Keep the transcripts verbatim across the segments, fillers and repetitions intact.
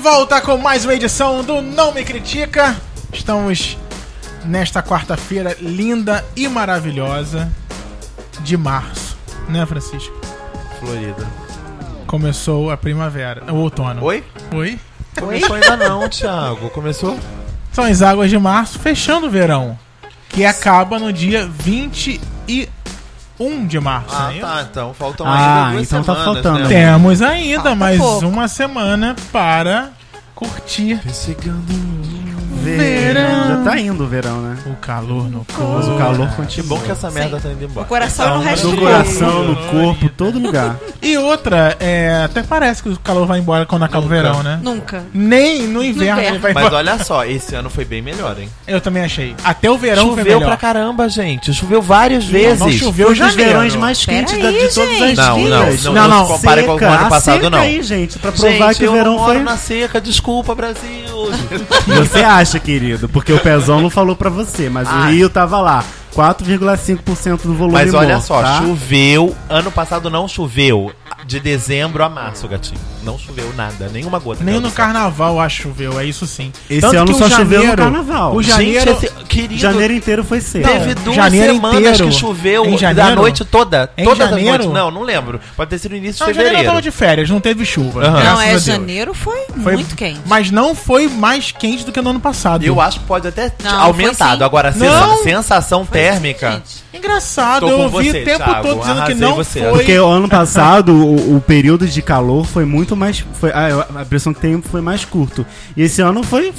volta com mais uma edição do Não Me Critica. Estamos nesta quarta-feira linda e maravilhosa de março, né, Francisco? Florida. Começou a primavera, o outono. Oi? Oi? Começou ainda não, Thiago. Começou? São as águas de março fechando o verão, que acaba no dia vinte e um de março. Ah, né? tá. Então faltam Ah, ainda duas então tá semanas, faltando. né? Temos ainda Falta mais pouco. uma semana para curtir verão. Já tá indo o verão, né? O calor no Mas corpo. o calor Que continua. bom que essa merda Sim. tá indo embora. O coração e no resto No do coração, no corpo, todo lugar. E outra, é, até parece que o calor vai embora quando acaba Nunca. o verão, né? Nunca. Nem no inverno, inverno. ele vai Mas embora. olha só, esse ano foi bem melhor, hein? Eu também achei. Até o verão foi Choveu melhor. pra caramba, gente. Choveu várias vezes. Não choveu Foi um dos janeiro. verões mais quentes Pera da- aí, de todas as gente. Não, não, vidas. não, Não, não, não. se compare com o ano Seca, passado, seca não. aí, gente, pra provar Gente, que o eu verão não moro foi... na seca, desculpa, Brasil. Você acha, querido, porque o Pezão não falou pra você, mas o Ai. Rio tava lá, quatro vírgula cinco por cento do volume Mas olha morto, só, tá? choveu. Ano passado não choveu. De dezembro a março, gatinho. Não choveu nada, nenhuma gota. Nem caiu no do céu. carnaval, acho, choveu. É isso sim. Esse Tanto ano que o só choveu no janeiro- carnaval. O Gente, janeiro... esse, querido, Janeiro inteiro foi seco. teve Não, duas janeiro semanas inteiro. que choveu Em da janeiro? noite toda. Em todas janeiro? as noites. Não, não lembro. Pode ter sido no início Não, de janeiro eu fevereiro. tava de férias, não teve chuva. Aham. graças Não, a é Deus. janeiro foi, Foi muito quente. Mas não foi mais quente do que no ano passado. Eu acho que pode até ter Não, aumentado. foi sim. Agora, a sensa- Não. sensação térmica. Gente, Engraçado, Tô eu com ouvi você, o tempo Thiago, todo dizendo que arrasei não você. foi. Porque o ano passado, o, o período de calor foi muito mais... Foi, a, a impressão que tem foi mais curto. E esse ano foi...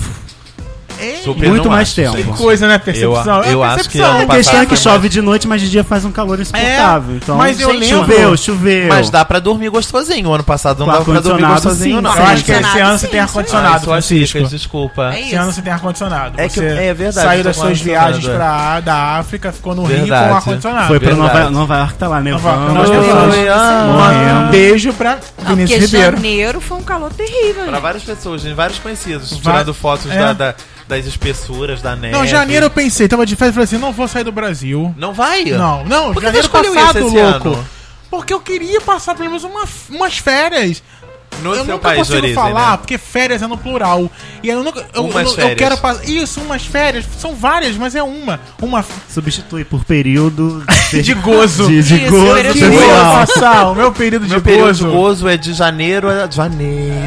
Super Muito não mais acho, tempo. Que gente. coisa, né? Percepção. Eu- eu é acho que percepção. ano A questão é que passado foi chove de noite, mas de dia faz um calor insuportável. É, então, mas eu gente, lembro- Choveu, choveu. Mas dá pra dormir gostosinho. O ano passado não Com dava pra dormir ar-condicionado, gostosinho, sim. não. Eu acho que esse Ar-condicionado, ano você sim, tem isso ar-condicionado, Ai, suas Francisco. dicas, desculpa. É Esse ano você tem ar-condicionado. É que- Você é verdade, saiu eu das tô suas com viagens ar-condicionado. pra, da África, ficou no Rio Verdade. com ar-condicionado. Foi pra Verdade. Nova, Nova York, tá lá Nova York, nevando. nós as temos- pessoas Oi, ah, Um morrendo. beijo pra não, porque Vinícius Ribeiro. janeiro foi um calor terrível. Pra gente. várias pessoas, gente, vários conhecidos, Va- tirando fotos é. da, da- das espessuras, da neve. Não, janeiro eu pensei, tava de férias e falei assim, não vou sair do Brasil. Não vai? Não, não, Por que janeiro você escolheu passado, isso esse louco. ano? Porque eu queria passar pelo menos uma, umas férias. No eu seu nunca país de consigo origem, falar, né? porque férias é no plural. E eu nunca. Eu, Umas eu, eu férias. quero passar. Isso, umas férias. São várias, mas é uma. Uma Substitui por período de gozo. de, de Isso, gozo período de Queria pessoal. passar o meu período Meu de período gozo. de gozo é de janeiro a janeiro.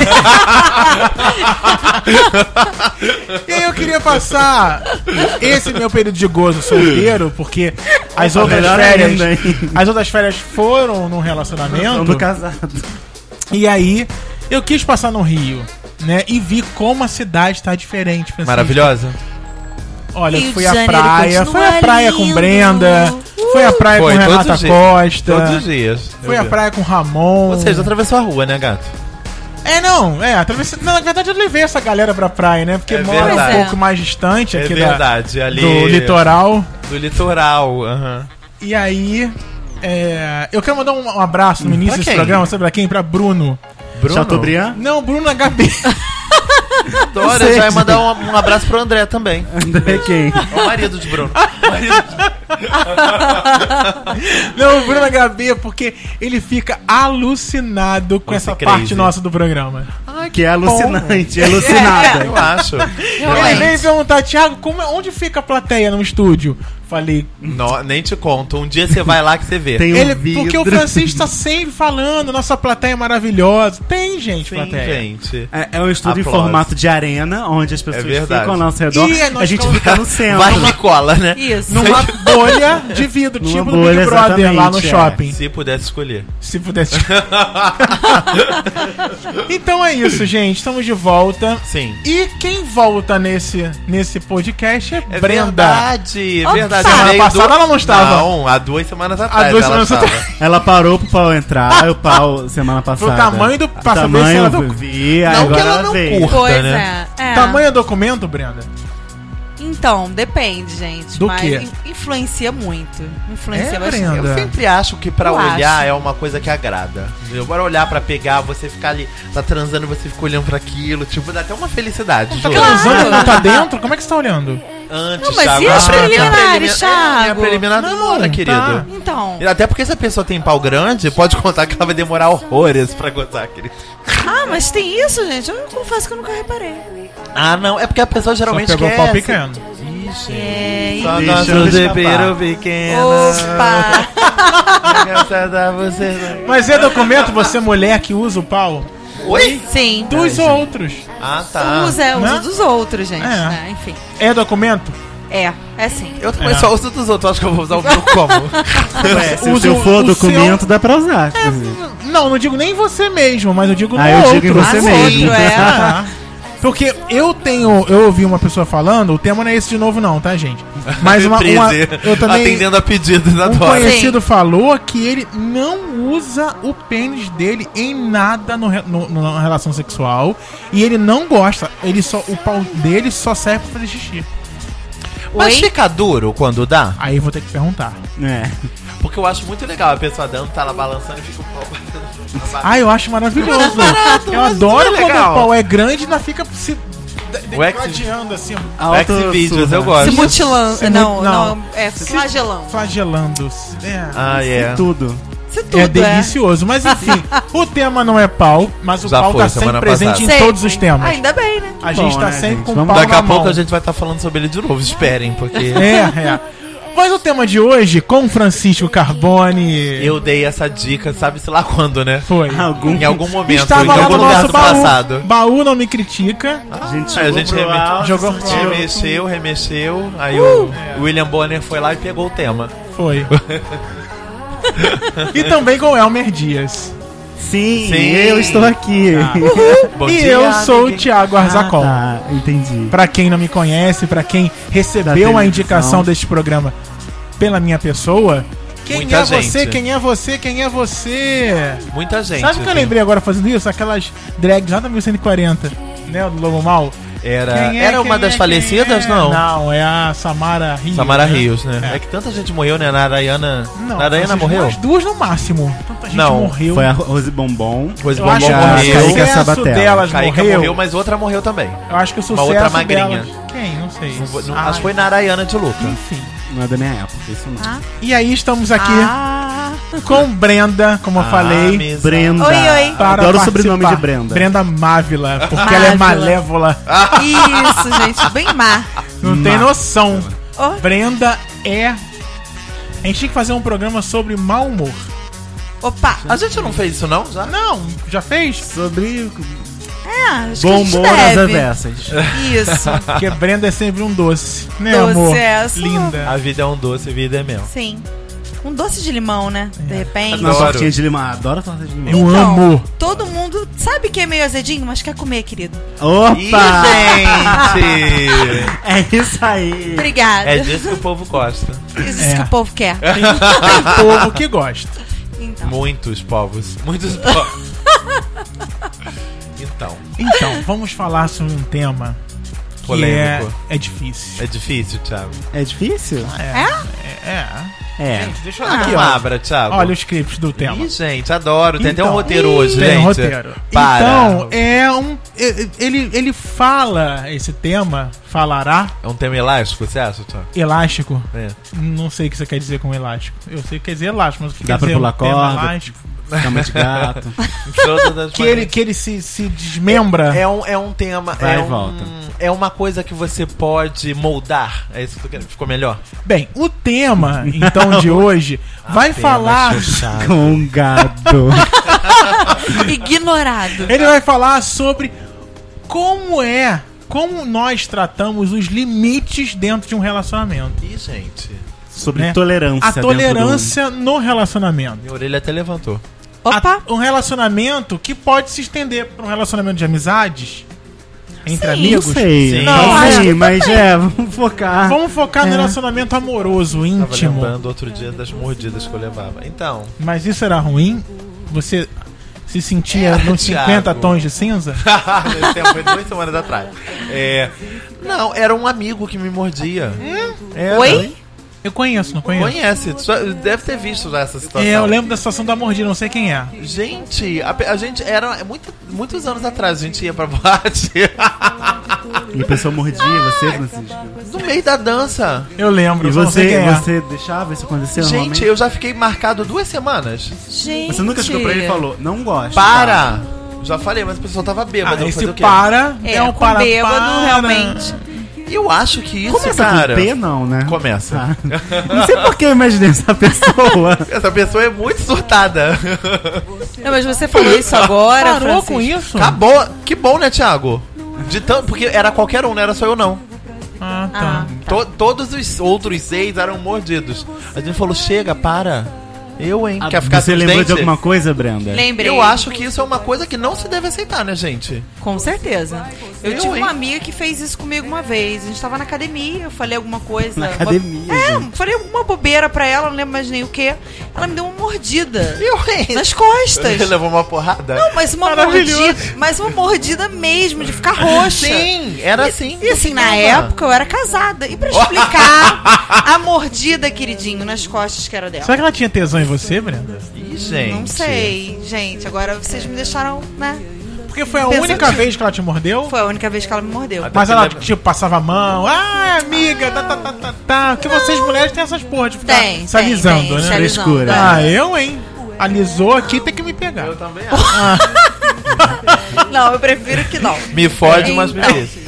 E aí eu queria passar esse meu período de gozo solteiro, porque as outras melhor férias. ainda, hein? As outras férias foram num Não relacionamento. do casado. E aí eu quis passar no Rio, né? E vi como a cidade tá diferente. Francisco. Maravilhosa. Olha, Rio fui de à Janeiro praia, continua fui à praia com lindo. Brenda, fui à praia Foi, com todos Renata os dias. Costa, Todos os dias. fui Eu à vi. praia com Ramon. Ou seja, atravessou a rua, né, gato? É, não, é, atravessei. Não, na verdade eu levei essa galera pra praia, né? Porque É mora verdade. um pouco mais distante É aqui da, verdade, ali. do litoral. Do litoral, aham. E aí, é, eu quero mandar um, um abraço no Hum, início pra desse quem? programa, sabe pra quem? Pra Bruno. Bruno? Chateaubriand? Não, Bruno H B. Adoro, eu já ia mandar um, um abraço pro André também. André quem? É o marido de Bruno. Marido de- Não, o Bruno H B, porque ele fica alucinado com Você essa crazy. parte nossa do programa. Que é alucinante, é alucinada. Eu acho. Ele veio perguntar, Thiago, como é- onde fica a plateia no estúdio? Falei, Não, nem te conto. Um dia você vai lá que você vê. Tem um ele, vidro. porque o Francisco tá sempre falando, nossa plateia é maravilhosa. Tem, gente, Sim, plateia. gente. É, é um estúdio Aplausos. em formato de arena, onde as pessoas É verdade. ficam ao nosso redor. E nós a gente ficamos- fica no centro. Vai e cola, né? Isso. Numa bolha de vidro, Numa tipo bolha, do Big Brother lá no exatamente, é. shopping. Se pudesse escolher. Se pudesse. Então é isso, gente. Estamos de volta. Sim. E quem volta nesse, nesse podcast é, É Brenda. verdade, é Ó, verdade. semana Ela veio passada ela não estava. Não, há duas semanas atrás. duas ela semanas estava. Ela parou pro pau entrar, o pau semana passada. Pro tamanho do- pra O saber tamanho se ela eu do- vi, aí Não agora que ela não veio. curta. Pois né? é. é. Tamanho é documento, Brenda? Então, depende, gente. Do mas quê? in- influencia muito. Influencia É, bastante. Brenda? Eu sempre acho que pra Eu olhar acho. é uma coisa que agrada. Eu bora olhar pra pegar, você ficar ali, tá transando, você fica olhando pra aquilo, tipo, dá até uma felicidade. Tá juro. transando e não tá dentro? Como é que você tá olhando? Antes, Não, mas Thiago, e a as pre- minha preliminares, prelimi- Thiago? É, minha preliminar Não, demora, tá. querido. Então, E até porque se a pessoa tem pau grande, pode contar que ela vai demorar horrores pra gozar, querido. Ah, mas tem isso, gente? Eu confesso que eu nunca reparei. Ah, não. É porque a pessoa Só geralmente pegou quer... o pau pequeno. Ixi. É, Só Deixando nosso escapar. zíper pequeno. Opa! Você... Mas é documento você, mulher, que usa o pau Oi? Sim. dos outros. Ah, tá. Usa, é, uso Né? dos outros, gente. É. né? Enfim. É documento? É, é sim. Eu também É. só uso dos outros. Acho que eu vou usar o meu como? Ué, se o Usa seu o- for o documento, dá pra usar. inclusive. Não, não digo nem você mesmo, mas eu digo no Ah, eu outro. digo em você Ah, mesmo. outro, é. Ah, porque eu tenho, eu ouvi uma pessoa falando, o tema não é esse de novo não, tá, gente? Mas uma, uma Prazer. eu também Atendendo a pedidos, um adoro. conhecido falou que ele não usa o pênis dele em nada no, re- no- no- na relação sexual e ele não gosta, ele só o pau dele só serve pra fazer xixi. Mas Oi? fica duro quando dá? Aí eu vou ter que perguntar. É. Porque eu acho muito legal a pessoa dando, tá lá balançando e fica o pau batendo. Ah, eu acho maravilhoso. eu mas adoro não é quando legal. o pau é grande e ainda fica se de- O ex- degradando assim, Xvideos, eu Se gosto. mutilando. Se Não, mu- não, não. é flagelando. flagelando. É. Ah, é. Tudo. Isso tudo, É delicioso, mas enfim, o tema não é pau, mas o Já pau foi, tá sempre semana presente passada. em Sempre. todos os temas. Ainda bem, né? A gente Bom, tá né, sempre gente? com o Vamos- pau Daqui na a pouco mão. a gente vai estar falando sobre ele de novo, esperem, porque É, é. Mas o tema de hoje, com Francisco Carbone, eu dei essa dica, sabe-se lá quando, né? foi. Algum... Em algum momento, Estava em lá algum no lugar nosso do baú. passado. Baú não me critica. A gente Aí a jogou gente pro reme- alto, jogou pro sorteou. alto. Remexeu, remexeu, aí o William Bonner foi lá e pegou o tema. Foi. E também com Elmer Dias. Sim, Sim. eu estou aqui. Bom e dia, eu sou o ninguém- Thiago Arzacol. Ah, tá, entendi. Pra quem não me conhece, pra quem recebeu a televisão. indicação deste programa pela minha pessoa, quem Muita é gente. você? Quem é você? Quem é você? Muita gente. Sabe o que eu tem- lembrei agora fazendo isso? Aquelas drags lá da mil cento e quarenta, né? Do Lobo Mal. Era, Quem é, era uma quem das é, falecidas, quem é? não? Não, é a Samara Rios. Samara né? Rios, né? É. É. que tanta gente morreu, né? Narayana. Não, Narayana essas morreu? Duas, duas no máximo. Tanta gente Não, morreu. Foi a Rose Bombom. Rose Eu Bombom acho que o morreu. morreu. Kaique sucesso Sabatella. delas Kaique morreu. morreu, mas outra morreu também. Eu acho que o sucesso outra magrinha. delas... Quem? Não sei. Não vou- não- Ai, acho que foi Narayana de Luca. Enfim. Não é da minha época, isso não. Ah, E aí estamos aqui ah. com Brenda, como eu falei. Mesa. Brenda. Oi, oi. Para Adoro o participar. sobrenome de Brenda. Brenda Mávila, porque ela é Mávila. malévola. Isso, gente. Bem má. Não tem Má. noção. Ó, Brenda é... A gente tinha que fazer um programa sobre mau humor. opa. A gente não fez isso, não? Já? Não, já fez? Sobre É, acho que a bom gente humor às deve. avessas. Isso. Porque Brenda é sempre um doce, né, Doce, amor? é, eu sou- Linda. A vida é um doce, a vida é mel. Sim. Um doce de limão, né? De repente. Uma Adoro. tortinha de limão. Adoro torta de limão. Eu amo. Todo mundo sabe que é meio azedinho, mas quer comer, querido. Ih, Opa! gente! É isso aí. Obrigada. É disso que o povo gosta. Isso É. que o povo quer. Tem, tem povo que gosta. Então. Muitos povos. Muitos povos. Então, Então, vamos falar sobre um tema que polêmico. é, é difícil. É difícil, Thiago. É difícil? É. É. É. Gente, deixa eu Ah. aqui, Não ó. abra, Thiago. Olha o script do tema. Ih, gente, adoro. Tem até Então, um roteiro hoje, Tem gente. um roteiro. Para. Então, é um. é- Ele, ele fala esse tema, falará, É um tema elástico, você acha, Thiago? elástico. É. Não sei o que você quer dizer com elástico. Eu sei o que quer dizer elástico, mas o que Dá quer pra dizer pular um tema corda. elástico? Cama de gato. Todas as Que ele, que ele se, se desmembra. É um, é um tema. Vai é, e um, volta. é uma coisa que você pode moldar. É isso que eu tô querendo. Ficou melhor? Bem, o tema, então, de hoje vai falar. Com um gado. Ignorado. Ele vai falar sobre como é, como nós tratamos os limites dentro de um relacionamento. Ih, gente. Sobre Né? tolerância. A dentro tolerância no relacionamento. Minha orelha até levantou. Opa. A- um relacionamento que pode se estender para um relacionamento de amizades entre do... amigos. Não sei. Sim. Não, Não, acho sei, que mas é, vamos focar. Vamos focar no É. relacionamento amoroso, Tava íntimo. lembrando outro dia das mordidas que eu levava. Então, Mas isso era ruim? Você se sentia É, nos Thiago. cinquenta tons de cinza? esse tempo foi duas semanas atrás. É, não, era um amigo que me mordia. Era. Oi? Eu conheço, não conheço? Conhece, só- deve ter visto já essa situação. É, eu lembro da situação da mordida, não sei quem é. Gente, a, pe- a gente era. é Muito, muitos anos atrás a gente ia pra boate. E a pessoa mordia você, Francisco. No meio da dança. Eu lembro, E só não sei você, quem é. você deixava isso acontecer Gente, normalmente? eu já fiquei marcado duas semanas. Gente. Você nunca chegou pra ele e falou, não gosto. Para! Já falei, mas a pessoa tava bêbada. Ah, eu vou esse fazer o quê? para É, é um com para, bêbado, para. realmente. Eu acho que isso, Começa cara... com P, não, né? Começa. Ah. Não sei por que eu imaginei essa pessoa. Essa pessoa é muito surtada. Não, mas você falou isso agora, Parou Francisco. com isso? Acabou. Que bom, né, Thiago? De tanto, porque era qualquer um, não era só eu, não. Ah, tá. Ah, To- todos os outros seis eram mordidos. A gente falou, chega, para. Eu, hein? Quer ficar Você sem os lembrou dentes? de alguma coisa, Brenda? Lembrei. Eu acho que isso é uma coisa que não se deve aceitar, né, gente? Com certeza. Eu, Eu, tive hein? uma amiga que fez isso comigo uma vez. A gente tava na academia, eu falei alguma coisa. Na uma- academia, É, gente. falei alguma bobeira pra ela, não lembro mais nem o que. Ela me deu uma mordida. Eu, hein? Nas costas. Ele levou uma porrada? Não, mas uma Maravilhoso. mordida. Mas uma mordida mesmo, de ficar roxa. Sim, era assim. E assim, na funcionava. época eu era casada. E pra explicar a mordida, queridinho, nas costas que era dela? Será que ela tinha tesão em você, Brenda? Ih, gente. Não sei, gente. Agora vocês me deixaram, né? Porque foi a Pensativo. única vez que ela te mordeu? Foi a única vez que ela me mordeu. Até Mas que ela, leva- tipo, passava a mão. Ah, amiga, tá, tá, tá, tá, tá. Porque vocês mulheres têm essas porra de ficar Tem, se tem, alisando, tem, né? se alisando, Frescura. é. Ah, eu, hein? Alisou aqui, tem que me pegar. Eu também acho. Não, eu prefiro que não. Me fode, mas me Então. deixa.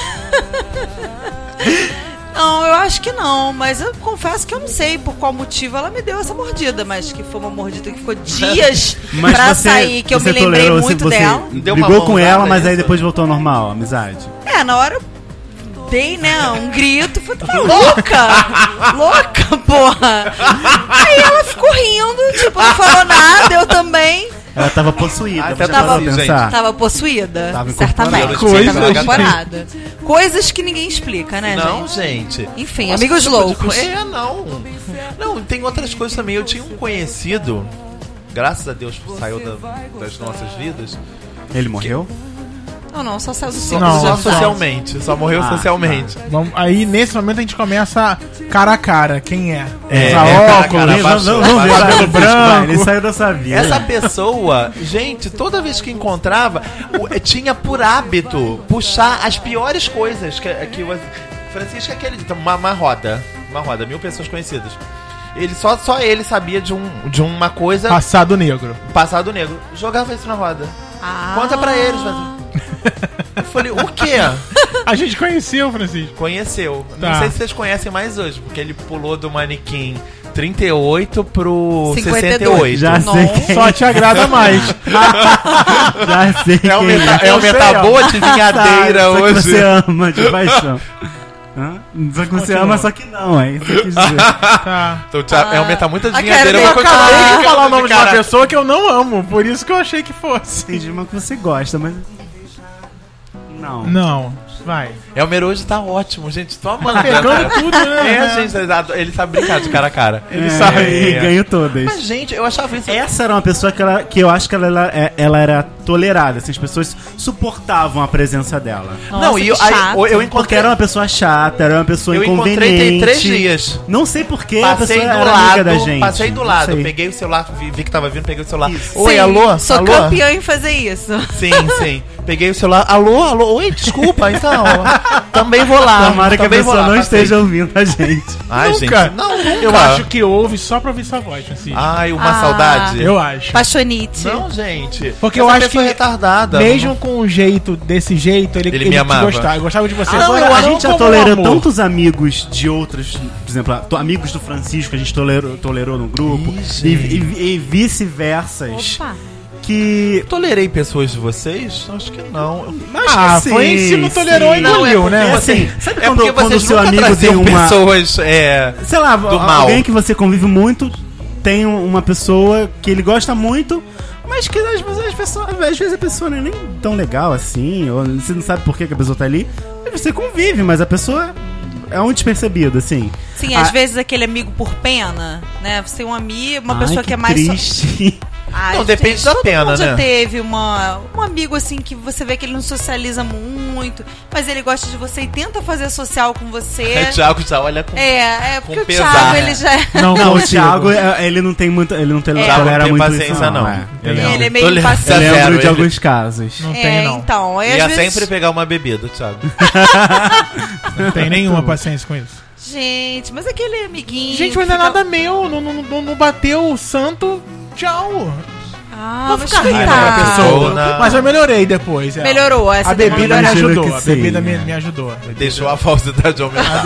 Não, eu acho que não, mas eu confesso que eu não sei por qual motivo ela me deu essa mordida, mas que foi uma mordida que ficou dias Mas pra você, sair, que eu você me lembrei tolerou, muito você dela. Deu uma brigou com mãozada, ela, mas aí isso? depois voltou ao normal, amizade. É, na hora eu dei, né, um grito, falei, tu tá louca? Louca, porra! Aí ela ficou rindo, tipo, não falou nada, eu também. Ela tava possuída, Até você parou tava- pra pensar. Tava possuída, Tava certamente. incorporada. Tava Coisas. incorporada. Coisas que ninguém explica, né, Não, gente? gente. Enfim, Nossa, amigos que tipo de loucos. co- É, não. Não, tem outras coisas também. Eu tinha um conhecido, graças a Deus saiu da- das nossas vidas. Ele morreu? Não, não, só saiu do Só, ciclo. Não, só já. socialmente. Só morreu Ah, socialmente. Vamos, aí, nesse momento, a gente começa cara a cara. Quem é? É, Usa é, cara a óculos, cara, Ele- baixou, vamos- vamos ver, baixou. vai, cabelo branco. vai, ele saiu da sua vida. Essa pessoa, gente, toda vez que encontrava, o- tinha por hábito puxar as piores coisas que, que o Francisco é aquele uma, uma roda, uma roda, mil pessoas conhecidas. Ele só só ele sabia de um de uma coisa Passado negro. passado negro. Jogava isso na roda. Ah. Conta pra eles, mas eu falei, o quê? A gente conheceu, Francisco. Conheceu. Não Tá. sei se vocês conhecem mais hoje, porque ele pulou do manequim trinta e oito pro cinquenta e sessenta e dois. oito. Já Não. sei quem. Só te agrada mais. Já sei É o, quem meta, é. é o Eu sei, metabote Tá, vinhadeira só que hoje. você ama de paixão. Hã? Só que você Continua. ama, só que não, é isso que eu quis dizer. Tá. Então, Thiago, é o metamuita de a vinhadeira. cara Eu vou dele continuar Acabei de ficando falar o de nome de uma cara. pessoa que eu não amo. Por isso que eu achei que fosse. Entendi uma que você gosta, mas... Não. Não, vai. Elmer hoje tá ótimo, gente. Tô amando. Tá pegando tudo, né? É, gente, ele sabe brincar de cara a cara. Ele É, sabe é. e ganhou todas. Mas, gente, eu achava isso... Essa era uma pessoa que, ela, que eu acho que ela, ela, é- ela era tolerada, assim, as pessoas suportavam a presença dela. Nossa, Não, e eu, que aí, chato. eu Porque encontrei... era uma pessoa chata, era uma pessoa Eu encontrei inconveniente. tem três dias. Não sei porquê a Passei pessoa do era amiga lado, da gente. passei do Não lado, sei. peguei o celular, vi, vi que tava vindo, peguei o celular. Isso. Oi, Sim, alô? Sou alô? campeã em fazer isso. Sim, sim. Peguei o celular. Alô, alô. Oi, desculpa, então. Também vou lá. Tomara que a também vou pessoa lá, não passei. esteja ouvindo a gente. Ai, Nunca. gente. Não, nunca. Eu acho que ouve só pra ouvir sua voz, Francisco. Ai, uma Ah. saudade. Eu acho. Paixonite. Não, gente. Porque Essa eu acho pessoa que é retardada. Mesmo com o jeito, desse jeito, ele, Ele ele, me te amava. gostava. Eu gostava de você. Não, Agora, eu- a não gente já como tolerou amor. tantos amigos de outros, por exemplo, to- amigos do Francisco, a gente tolerou, tolerou no grupo, Ih, e, e, e vice-versas, Opa. que... Tolerei pessoas de vocês? Acho que não. Acho Ah, que foi sim, se não tolerou, sim. engoliu, é né? É assim, sabe É quando, porque quando o vocês seu nunca amigo tem traziam uma... pessoas... É... Sei lá, do a- mal. alguém que você convive muito, tem uma pessoa que ele gosta muito, mas que às vezes, as pessoas, às vezes a pessoa não é nem tão legal assim, ou você não sabe por que que a pessoa tá ali, aí você convive, mas a pessoa é um despercebido, assim. Sim, Ah, às vezes aquele amigo por pena, né? Você tem um amigo, uma ai, pessoa que, é mais. so- triste. Ai, Não, depende gente, da todo pena, mundo já né? teve uma, um amigo assim que você vê que ele não socializa muito, mas ele gosta de você e tenta fazer social com você. É, Thiago já olha com... É, é porque Com o Thiago, pesar. ele já é. Não, Não, o consigo. Thiago, é- ele não tem muito, ele não tem, É. Thiago tolera não tem muito paciência, isso, não. é. Eu Ele lembro. é meio Tolerância impaciente. Eu lembro zero, de ele alguns casos. Não É, tem, não. então, aí, Ia às vezes... sempre pegar uma bebida, Thiago. Não tem nenhuma paciência com isso. Gente, mas aquele amiguinho. Gente, que mas não é fica- nada meu. Não, não, não, não bateu o santo. Tchau. Ah, Vou mas ficar rindo coitado. com a pessoa. Não. Mas eu melhorei depois. é. Melhorou, essa A bebida me demora- ajudou. Imagino A que bebida sim, me, é. me ajudou. Deixou a falsidade aumentar.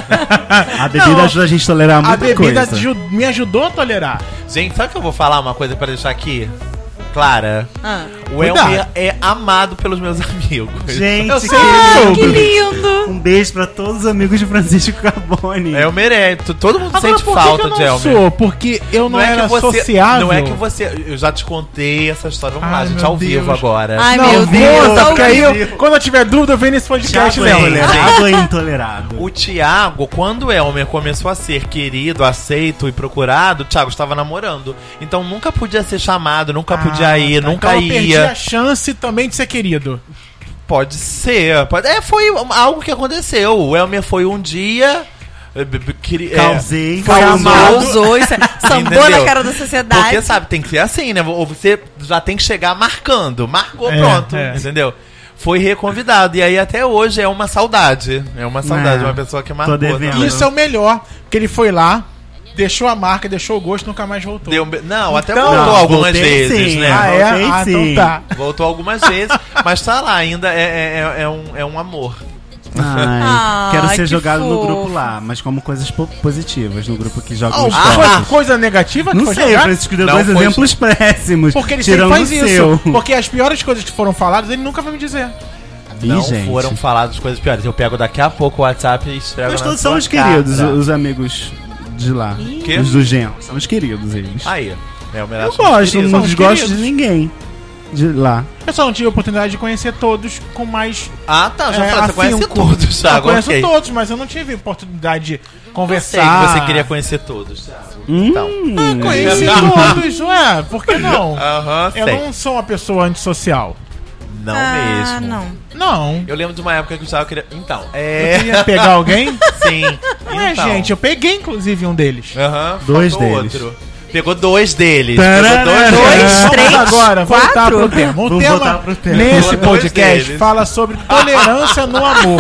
A bebida Não, ajuda a gente a tolerar A muita bebida coisa. aju- me ajudou a tolerar. Gente, sabe que eu vou falar uma coisa pra deixar aqui? Clara, Ah. o Cuidado. Elmer é amado pelos meus amigos. Gente, Eu que sei. Ah, que lindo. lindo! Um beijo pra todos os amigos de Francisco Carbone. Elmer é. t- Todo mundo Agora, sente por que falta que eu de não Elmer. sou? Porque eu não, era sociável. Não é que você. Eu já te contei essa história. Vamos lá, Ai, gente, meu ao vivo Deus. agora. Ai, Não, meu Deus, conta, ao porque aí eu- vivo. quando eu tiver dúvida, eu venho nesse podcast Thiago é lembra. intolerado ou intolerado? O Thiago, quando o Elmer começou a ser querido, aceito e procurado, o Thiago estava namorando. Então nunca podia ser chamado, nunca podia ir, tá. nunca Então eu perdi ia. a chance também de ser querido. Pode ser. Pode... É, foi algo que aconteceu. O Elmer foi um dia. eh, b- b- queri- é, Causei. Foi causou. amado. Usou isso, sambou Entendeu? na cara da sociedade. Porque, sabe, tem que ser assim, né? Ou você já tem que chegar marcando. Marcou, É, pronto. é. Entendeu? Foi reconvidado. E aí até hoje é uma saudade. É uma saudade. É, uma pessoa que marcou. devendo. né? Isso é o melhor, porque ele foi lá, deixou a marca, deixou o gosto, nunca mais voltou. Deu um be- Não, até Então- voltou Não, algumas voltei vezes, sim. né? Ah, é? Voltei Ah, sim. então tá. Voltou algumas vezes, mas tá lá, ainda é, é, é, um, é um amor. Ai, Ai, quero ser que jogado no fofo. grupo lá, mas como coisas po- positivas, no grupo que joga Oh, os ah, foi jogos. coisa negativa que Não foi sei, o jogar? Francisco deu Não dois foi- exemplos péssimos. Porque ele sempre tirando faz o isso. seu. Porque as piores coisas que foram faladas, ele nunca vai me dizer. Ih, Não gente. foram faladas coisas piores. Eu pego daqui a pouco o WhatsApp e escrevo Mas na todos sua são os cara. queridos, os amigos de lá. Quê? Os do Gen. São os queridos eles. Aí, é o melhor. Eu gosto, queridos. não São os desgosto queridos. de ninguém de lá. Eu só não tive a oportunidade de conhecer todos com mais. Ah, tá. Já é, falei, você conhece afinco. todos, Eu Thiago. conheço ok. todos, mas eu não tive oportunidade de Eu sei conversar. que você queria conhecer todos, Thiago. Hum, Então. Ah, conheci todos, ué, por que não? Aham, Eu sei. não sou uma pessoa antissocial. Não Ah, mesmo. não. Não. Eu lembro de uma época que o Thiago queria... Então, Eu é... queria pegar alguém? Sim. Ué, Então. gente, eu peguei inclusive um deles. Aham, Dois faltou deles. outro. Pegou dois deles. Tarará. Pegou dois Dois, deles. Vamos três, agora voltar quatro? pro tema. O Vamos tema voltar pro tema. nesse Dois podcast deles. fala sobre tolerância no amor.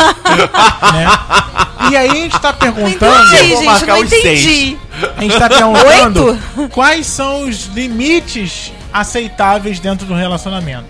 Né? E aí a gente tá Não perguntando. entendi, vou gente, marcar não os entendi. A gente tá perguntando Oito? quais são os limites aceitáveis dentro do relacionamento.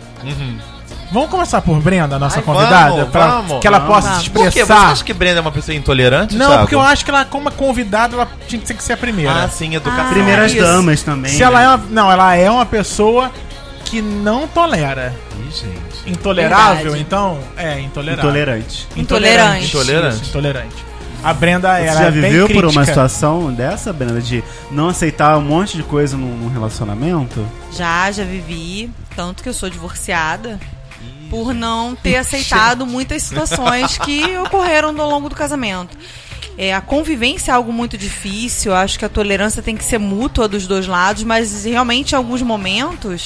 Vamos começar por Brenda, nossa Ai, convidada, vamos, pra vamos. que ela Vamos. possa Vamos. se Por quê? Você expressar. acha que Brenda é uma pessoa intolerante, Não, Thiago? porque eu acho que ela, como convidada, ela tinha que ser a primeira. Ah, sim, educação. Primeiras isso. damas também. Se ela é uma, não, ela é uma pessoa que não tolera. Ih, gente. Intolerável, Verdade. então, é intolerável. Intolerante. Intolerante. Intolerante. Isso, intolerante. A Brenda, Você ela já é bem viveu por uma crítica. situação dessa, Brenda, de não aceitar um monte de coisa num, num relacionamento? Já, já vivi. Tanto que eu sou divorciada. Por não ter aceitado muitas situações que ocorreram ao longo do casamento. É, a convivência é algo muito difícil. Eu acho que a tolerância tem que ser mútua dos dois lados, mas realmente em alguns momentos,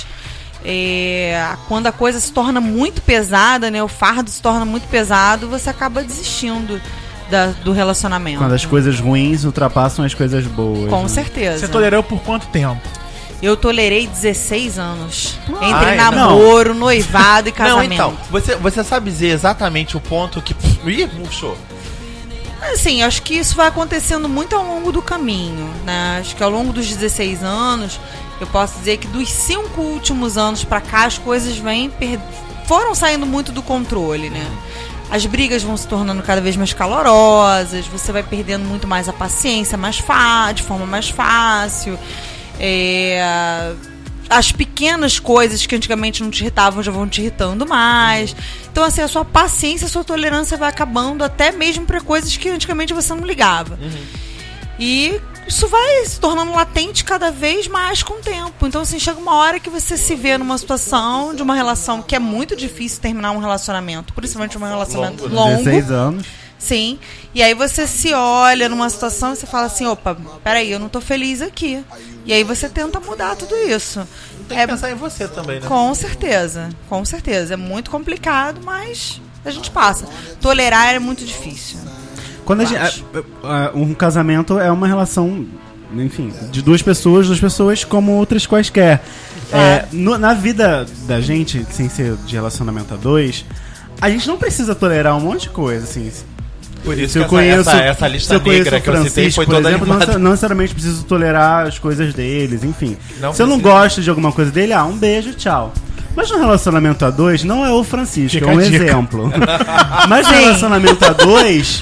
é, quando a coisa se torna muito pesada, né, o fardo se torna muito pesado, você acaba desistindo da- do relacionamento. Quando as coisas ruins ultrapassam as coisas boas. Com né? certeza. Você tolerou por quanto tempo? Eu tolerei dezesseis anos. Entre Ai, namoro, noivado e casamento. Não, então, você, você sabe dizer exatamente o ponto que... Ih, murchou. Assim, acho que isso vai acontecendo muito ao longo do caminho, né? Acho que ao longo dos dezesseis anos, eu posso dizer que dos cinco últimos anos pra cá, as coisas vêm per... foram saindo muito do controle, né? As brigas vão se tornando cada vez mais calorosas, você vai perdendo muito mais a paciência mais fa... de forma mais fácil. É... As pequenas coisas que antigamente não te irritavam já vão te irritando mais. Então, assim, a sua paciência, a sua tolerância vai acabando até mesmo para coisas que antigamente você não ligava. E isso vai se tornando latente cada vez mais com o tempo. Então, assim, chega uma hora que você se vê numa situação de uma relação que é muito difícil terminar um relacionamento, principalmente um relacionamento Longo, longo. dezesseis anos. Sim. E aí você se olha numa situação e você fala assim, opa, peraí, eu não tô feliz aqui. E aí você tenta mudar tudo isso. Tem que pensar em você também, né? Com certeza, com certeza. É muito complicado, mas a gente passa. Tolerar é muito difícil. Quando a gente, a- a- um casamento é uma relação, enfim, de duas pessoas, duas pessoas como outras quaisquer. É, no- na vida da gente, sem ser de relacionamento a dois, a gente não precisa tolerar um monte de coisa, assim. Por isso Se eu que conheço, essa, essa lista se eu conheço negra o que eu citei Francisco, foi por toda exemplo, não, animada. não necessariamente preciso tolerar as coisas deles, enfim. Não se eu não precisa. gosto de alguma coisa dele, ah, um beijo, tchau. Mas no relacionamento a dois, não é o Francisco, Fica é um a dica. exemplo. Mas no Sim. relacionamento a dois,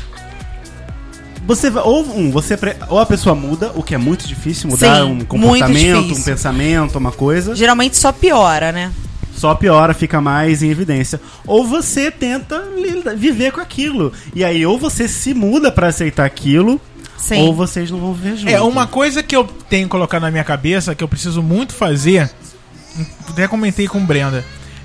você vai- ou um, você pre- ou a pessoa muda, o que é muito difícil, mudar Sim, um muito comportamento, um difícil. pensamento, uma coisa. Geralmente só piora, né? Só piora, fica mais em evidência. Ou você tenta li- viver com aquilo. E aí, ou você se muda pra aceitar aquilo, Sim. ou vocês não vão viver juntos. É, uma coisa que eu tenho colocado na minha cabeça, que eu preciso muito fazer, até comentei com Brenda,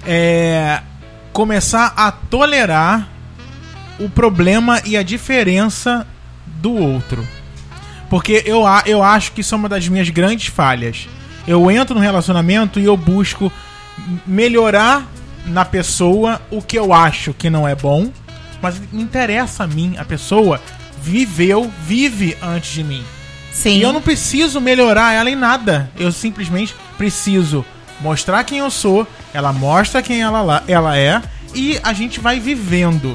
é começar a tolerar o problema e a diferença do outro. Porque eu, a- eu acho que isso é uma das minhas grandes falhas. Eu entro no relacionamento e eu busco melhorar na pessoa o que eu acho que não é bom, mas me interessa a mim. A pessoa viveu, vive antes de mim. Sim. E eu não preciso melhorar ela em nada. Eu simplesmente preciso mostrar quem eu sou, ela mostra quem ela, lá- ela é, e a gente vai vivendo.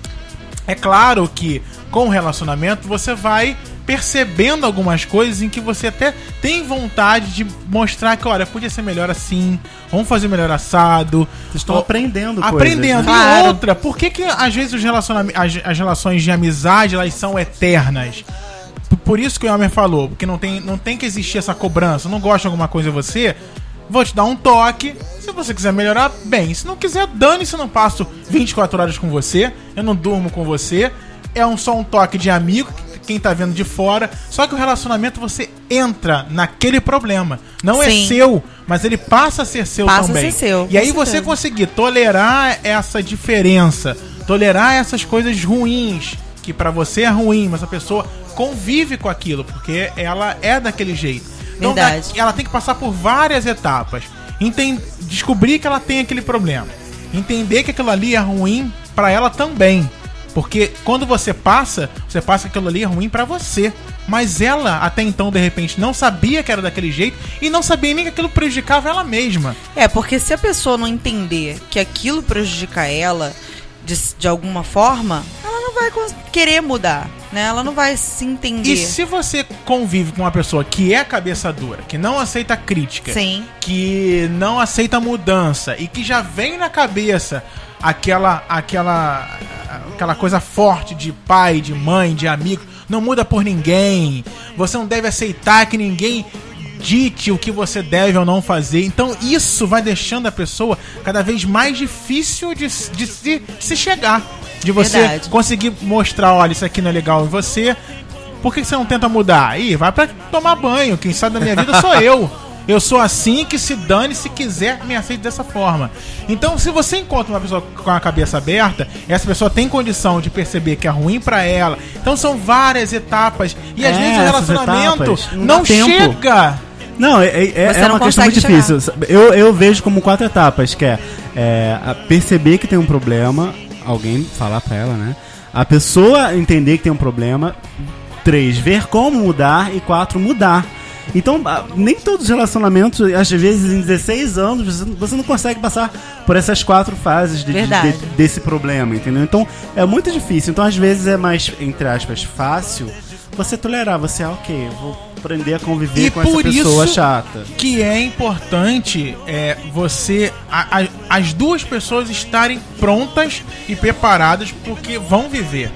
É claro que com o relacionamento você vai percebendo algumas coisas em que você até tem vontade de mostrar que, olha, podia ser melhor assim, vamos fazer melhor assado. Vocês estão Ou- aprendendo Aprendendo. coisas, né? E Claro. outra, por que que às vezes os relacionam- as, as relações de amizade, elas são eternas? P- Por isso que o Elmer falou, porque não tem, não tem que existir essa cobrança. Eu não gosto de alguma coisa em você, vou te dar um toque. Se você quiser melhorar, bem. Se não quiser, dane-se, eu não passo vinte e quatro horas com você, eu não durmo com você. É um, só um toque de amigo, quem tá vendo de fora. Só que o relacionamento, você entra naquele problema. Não é Sim. seu, mas ele passa a ser seu Passa a também. ser seu, E aí com você certeza. conseguir tolerar essa diferença, tolerar essas coisas ruins, que pra você é ruim, mas a pessoa convive com aquilo, porque ela é daquele jeito. Então, Verdade. da- ela tem que passar por várias etapas. Enten- descobrir que ela tem aquele problema. Entender que aquilo ali é ruim pra ela também. Porque quando você passa, você passa que aquilo ali é ruim pra você. Mas ela, até então, de repente, não sabia que era daquele jeito e não sabia nem que aquilo prejudicava ela mesma. É, porque se a pessoa não entender que aquilo prejudica ela de, de alguma forma, ela não vai cons- querer mudar, né? Ela não vai se entender. E se você convive com uma pessoa que é cabeça dura, que não aceita crítica, Sim. que não aceita mudança e que já vem na cabeça aquela aquela aquela coisa forte de pai, de mãe, de amigo, não muda por ninguém, você não deve aceitar que ninguém dite o que você deve ou não fazer. Então isso vai deixando a pessoa cada vez mais difícil de, de se, se chegar, de você Verdade. conseguir mostrar, olha, isso aqui não é legal em você. Por que você não tenta mudar? Ih, vai pra tomar banho. Quem sabe da minha vida sou eu. Eu sou assim, que se dane, se quiser, me aceite dessa forma. Então, se você encontra uma pessoa com a cabeça aberta, essa pessoa tem condição de perceber que é ruim pra ela. Então, são várias etapas. E às É, vezes o essas relacionamento etapas, não não dá tempo. chega. Não, é, é, é Você é não uma questão muito consegue difícil. Eu, eu vejo como quatro etapas, que é, é a perceber que tem um problema, alguém falar pra ela, né? A pessoa entender que tem um problema. Três, ver como mudar. E quatro, mudar. Então, ah, nem todos os relacionamentos, às vezes em dezesseis anos, você, você não consegue passar por essas quatro fases de- de- Verdade. de- desse problema, entendeu? Então, é muito difícil. Então, às vezes é mais, entre aspas, fácil você tolerar. Você, ah, ok, eu vou aprender a conviver E com essa por pessoa isso chata. que é importante é, você a- a- as duas pessoas estarem prontas e preparadas porque vão viver.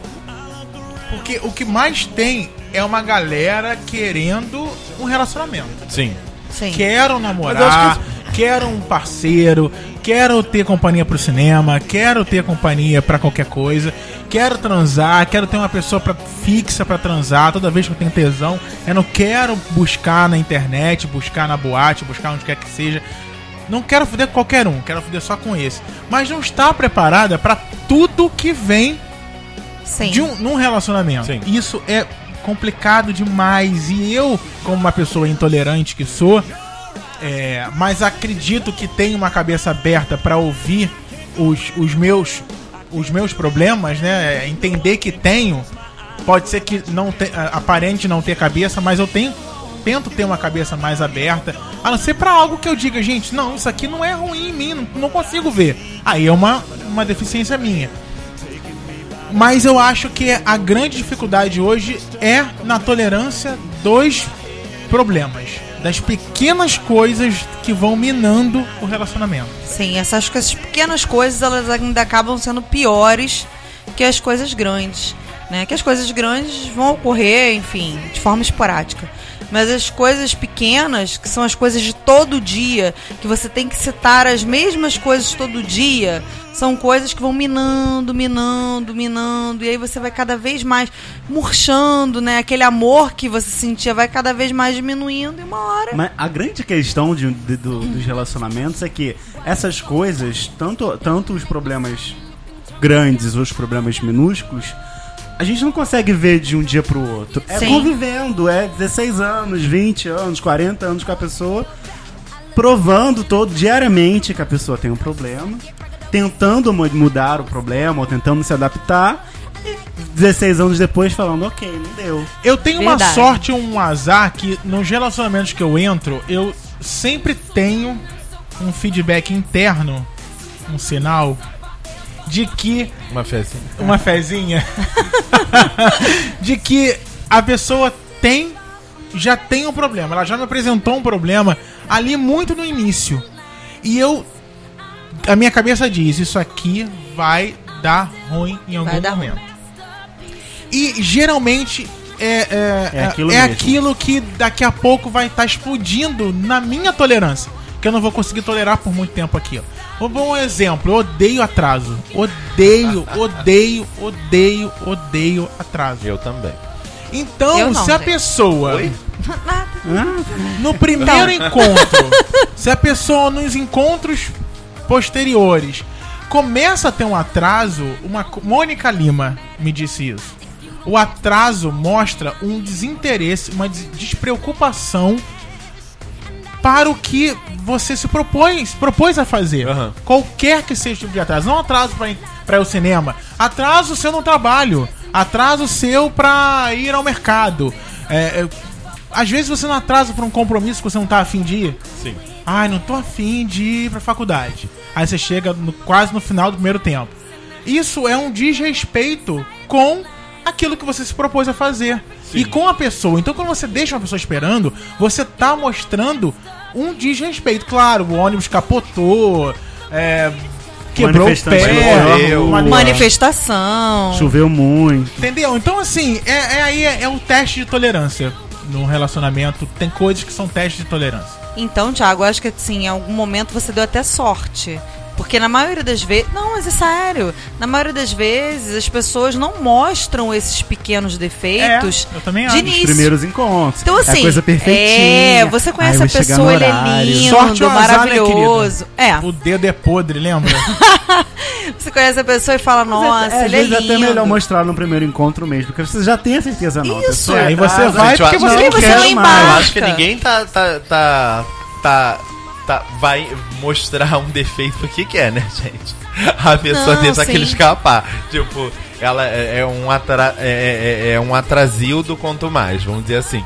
Porque o que mais tem é uma galera querendo um relacionamento. Sim. Sim. Quero Mas eu namorar, acho quero um parceiro, quero ter companhia pro cinema, quero ter companhia pra qualquer coisa, quero transar, quero ter uma pessoa pra, fixa pra transar toda vez que eu tenho tesão. Eu não quero buscar na internet, buscar na boate, buscar onde quer que seja. Não quero foder com qualquer um, quero foder só com esse. Mas não está preparada pra tudo que vem Sim. de um, num relacionamento. Sim. Isso é complicado demais. E eu, como uma pessoa intolerante que sou, é, mas acredito que tenho uma cabeça aberta pra ouvir os, os meus os meus problemas, né? Entender que tenho. Pode ser que não te, aparente não ter cabeça, mas eu tenho tento ter uma cabeça mais aberta, a não ser pra algo que eu diga, gente, não, isso aqui não é ruim em mim, não, não consigo ver. Aí é uma, uma deficiência minha. Mas eu acho que a grande dificuldade hoje é na tolerância dos problemas, das pequenas coisas que vão minando o relacionamento. Sim, essas, essas pequenas coisas, elas ainda acabam sendo piores que as coisas grandes, né? Que as coisas grandes vão ocorrer, enfim, de forma esporádica. Mas as coisas pequenas, que são as coisas de todo dia, que você tem que citar as mesmas coisas todo dia, são coisas que vão minando, minando, minando, e aí você vai cada vez mais murchando, né? Aquele amor que você sentia vai cada vez mais diminuindo, e uma hora... Mas a grande questão de, de, do, dos relacionamentos é que essas coisas, tanto, tanto os problemas grandes ou os problemas minúsculos, a gente não consegue ver de um dia pro outro. É Sim. convivendo, é dezesseis anos, vinte anos, quarenta anos com a pessoa, provando todo, diariamente que a pessoa tem um problema, tentando mudar o problema ou tentando se adaptar, e dezesseis anos depois falando, ok, não deu. Eu tenho Verdade. uma sorte, um azar, que nos relacionamentos que eu entro, eu sempre tenho um feedback interno, um sinal de que... Uma fezinha. Uma fezinha. De que a pessoa tem... Já tem um problema. Ela já me apresentou um problema ali muito no início. E eu... A minha cabeça diz, isso aqui vai dar ruim em algum Vai dar momento. Ruim. E geralmente é, é, É aquilo é mesmo. aquilo que daqui a pouco vai estar explodindo na minha tolerância. Que eu não vou conseguir tolerar por muito tempo aqui, ó. Vou dar um exemplo, eu odeio atraso. Odeio, odeio, odeio, odeio atraso. Eu também. Então, Eu não, se a gente. pessoa, Oi? Nada. no primeiro Então. encontro, se a pessoa nos encontros posteriores começa a ter um atraso, uma Mônica Lima me disse isso. O atraso mostra um desinteresse, uma des- despreocupação para o que você se propõe, se propôs a fazer. Uhum. Qualquer que seja o tipo de atraso. Não atraso para ir para ir ao cinema. Atraso seu no trabalho. Atraso seu para ir ao mercado. É, é, às vezes você não atrasa para um compromisso que você não tá afim de ir. Sim. Ai, não tô afim de ir pra faculdade. Aí você chega no- quase no final do primeiro tempo. Isso é um desrespeito com aquilo que você se propôs a fazer. Sim. E com a pessoa. Então quando você deixa uma pessoa esperando, você tá mostrando um desrespeito. Claro, o ônibus capotou, é, quebrou o Manifestante pé, morreu. uma- Manifestação. Choveu muito. entendeu? Então assim, é, é aí é, é o teste de tolerância. No relacionamento, tem coisas que são testes de tolerância. Então, Thiago, eu acho que assim, em algum momento você deu até sorte. Porque na maioria das vezes... Não, mas é sério. Na maioria das vezes, as pessoas não mostram esses pequenos defeitos É, eu também de acho. Os início. primeiros encontros. Então, assim, é a coisa perfeitinha. é, você conhece Aí a vai chegar pessoa, no ele é horário. lindo, Sorte ou azar, né, maravilhoso. É, O dedo é podre, lembra? você conhece a pessoa e fala, nossa, é, às ele é vezes lindo. é até melhor mostrar no primeiro encontro mesmo, porque você já tem a certeza não. Isso. Pessoa, Aí você atrasa, vai gente, eu porque acho você que não você quer não mais. embarca. Eu acho que ninguém tá, tá, tá, tá, tá, vai mostrar um defeito porque quer, né, gente? A pessoa Não, tenta aquele sim. escapar. Tipo, ela é, é um atra, é, é, é um atrasildo quanto mais, vamos dizer assim.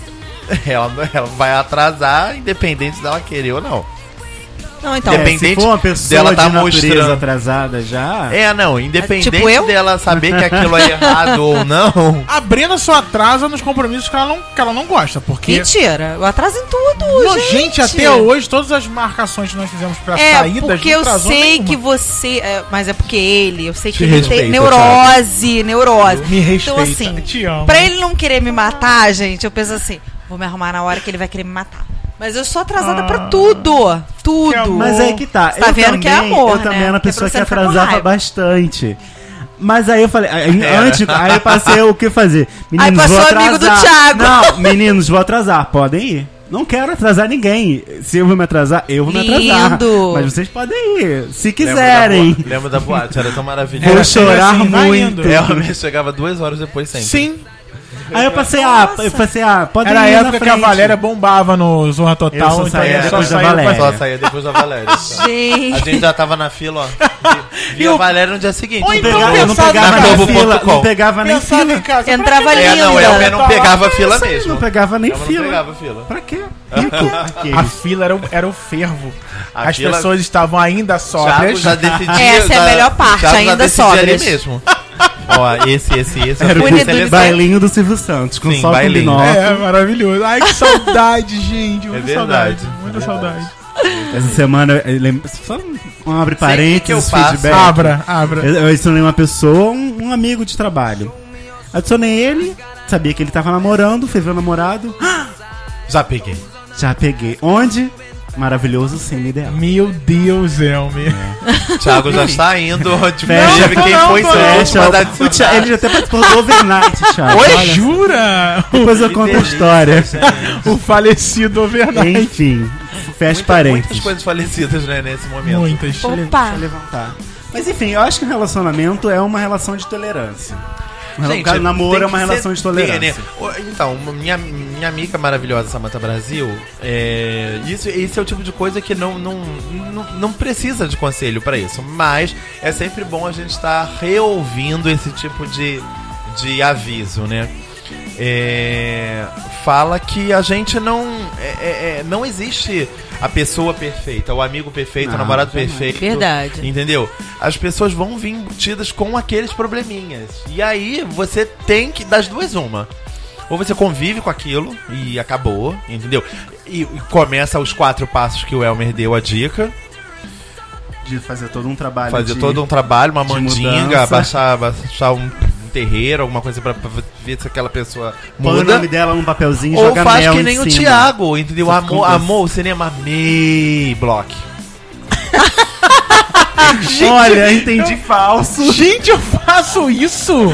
Ela, ela vai atrasar independente dela querer ou não. Não, então, É, Independente se for uma pessoa dela tá de natureza mostrando- atrasada já... É, não, independente Tipo eu? dela saber que aquilo é errado ou não. A Brena só atrasa nos compromissos que ela não, que ela não gosta, porque... mentira, eu atraso em tudo, Não, gente. gente, até hoje, todas as marcações que nós fizemos pra É, saídas porque não eu atrasou sei nenhuma. que você... é, mas é porque ele, eu sei que Te ele respeito, tem neurose, neurose. Me respeita, Então, assim, te amo. pra ele não querer me matar, gente, eu penso assim, vou me arrumar na hora que ele vai querer me matar. Mas eu sou atrasada Ah. pra tudo, Que tudo. amor. Mas aí que tá. Você tá eu vendo também, que é amor, Eu também né? era uma Que é pessoa pra que você ficar com atrasava raiva. bastante. Mas aí eu falei, aí, Era. antes, aí eu passei o que fazer. Meninos, passou vou o amigo atrasar. do Thiago. Não, meninos, vou atrasar. Podem ir. Não quero atrasar ninguém. Se eu vou me atrasar, eu vou me atrasar. Lindo. Mas vocês podem ir, se Lembra quiserem. da, boa- lembra da boate, era tão maravilhoso. Vou Era sempre chorar assim, vai muito. indo. Ela me chegava duas horas depois sempre. Sim, Aí eu passei, ah, eu passei, ah, pode era a ir na época que a frente. Valéria bombava no Zorra Total. Eu só então saía era depois só da sair Valéria. pra- Só saía depois da Valéria. só. A Gente, gente já tava na fila, ó. Vi, vi E a o- Valéria no dia seguinte. Ou então Pegava- eu não pensava pegava na nem Globo ponto fila, com. não pegava nem Pensava fila. em casa. Entrava pra quê? É, não, linda. eu não pegava fila Isso aí, mesmo. Não pegava nem Eu não fila. pegava fila. Pra quê? A fila era o, era o fervo. A As fila- pessoas estavam ainda Thiago sóbrias. já decidia. Essa é a já- melhor parte, Thiago já ainda decidia ali sóbrias. mesmo. Ó, esse, esse, esse. Era eu o fui Bonito selecionar. bailinho do Silvio Santos, com Sim, sol com bailinho. binóculo. É, maravilhoso. Ai, que saudade, gente. Muita verdade, saudade. Muita é saudade. Essa semana, eu lembro- só um abre parênteses, que eu faço? feedback. Abra, abra. Eu, eu adicionei uma pessoa, um, um amigo de trabalho. Adicionei ele, sabia que ele tava namorando, fui ver o namorado. Já peguei. Já peguei. Onde? Maravilhoso sem ideal. Meu Deus, Elmer. O Thiago já está indo. Tipo, Fecha. quem Não, não, foi não, seu não. último a dar O Thi- ele já até participou do Overnight, Thiago. Oi, Olha, jura? depois eu Que conto a delícia, história. gente. O falecido overnight. Enfim, fecha Muita- parênteses. Muitas coisas falecidas, né, nesse momento. Muitas. Deixa eu le- Opa. deixa eu levantar. Mas enfim, eu acho que um relacionamento é uma relação de tolerância. Um rela- Gente, namoro tem é uma que relação ser- de tolerância. tem, né? O- Então, uma- minha, minha amiga maravilhosa Samantha Brasil, é, isso, esse é o tipo de coisa que não, não, não, não precisa de conselho pra isso. Mas é sempre bom a gente estar reouvindo esse tipo de, de aviso, né? É, fala que a gente não. É, é, é, não existe a pessoa perfeita, o amigo perfeito, Não, o namorado jamais. perfeito. Verdade. Entendeu? As pessoas vão vir embutidas com aqueles probleminhas. E aí você tem que. Das duas, uma. Ou você convive com aquilo e acabou, entendeu? E, e começa os quatro passos que o Elmer deu a dica. De fazer todo um trabalho. Fazer de- todo um trabalho, uma de mandinga, mudança. baixar, baixar um, um terreiro, alguma coisa pra, pra ver se aquela pessoa Põe o muda. nome dela num papelzinho e Ou joga faz mel que em nem o cima. Thiago, entendeu? Só Amor, fica- amor, o cinema, amei block. Olha, entendi falso. Gente, eu faço isso?